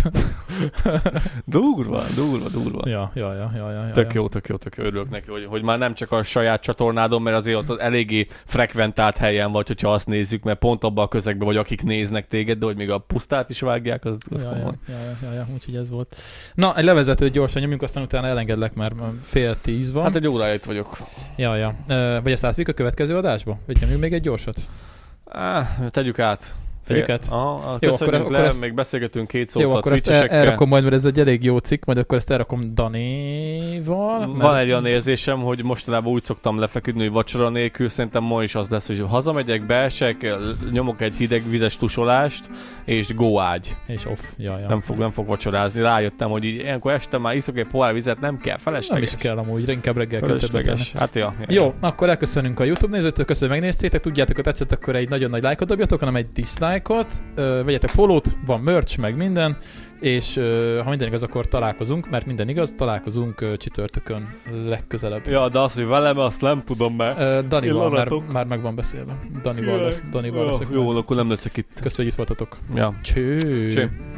Durva. Ja. Tök jó. Örülök neki, hogy már nem csak a saját csatornádon, mert azért ott eléggé frekventált helyen vagy, hogyha azt nézzük, mert pont abban a közegben vagy, akik néznek téged, de hogy még a pusztát is vágják, az komoly. Ja, úgyhogy ez volt. Na, egy levezetőt gyorsan nyomjunk, aztán utána elengedlek, mert 9:30 van. Hát egy órája itt vagyok. Ja. Vagy ezt átvigyük a következő adásba? Vagy nyomjuk még egy gyorsat? Tegyük át. Köszönjük akkor le, még beszélgetünk 2 szót jó, a akkor ezt elrakom majd, mert ez egy elég jó cikk, majd akkor ezt elrakom Danival. Van egy olyan érzésem, hogy mostanában úgy szoktam lefeküdni, hogy vacsora nélkül, szerintem ma is az lesz, hogy hazamegyek, beesek, nyomok egy hideg vizes tusolást, és go ágy. És off. Ja. Nem fog vacsorázni. Rájöttem, hogy így ilyenkor este már iszok egy pohár vizet, nem kell, felesleges. Nem is kell amúgy, inkább reggel kell többet. Hát ja. Jó, akkor elköszönünk a YouTube nézőtől, köszönöm, hogy megnéztétek, tudjátok, hogy tetszett, akkor egy nagyon nagy lájkot dobjatok, hanem egy dislike-ot, vegyetek polót, van merch, meg minden, és ha minden igaz, akkor találkozunk, mert minden igaz, találkozunk csütörtökön legközelebb. Ja, de az, hogy velem, azt nem tudom, mert Danival már meg van beszélve. Danival leszek. Jó, akkor nem leszek itt. Köszönjük, hogy itt voltatok. Ja. Cső.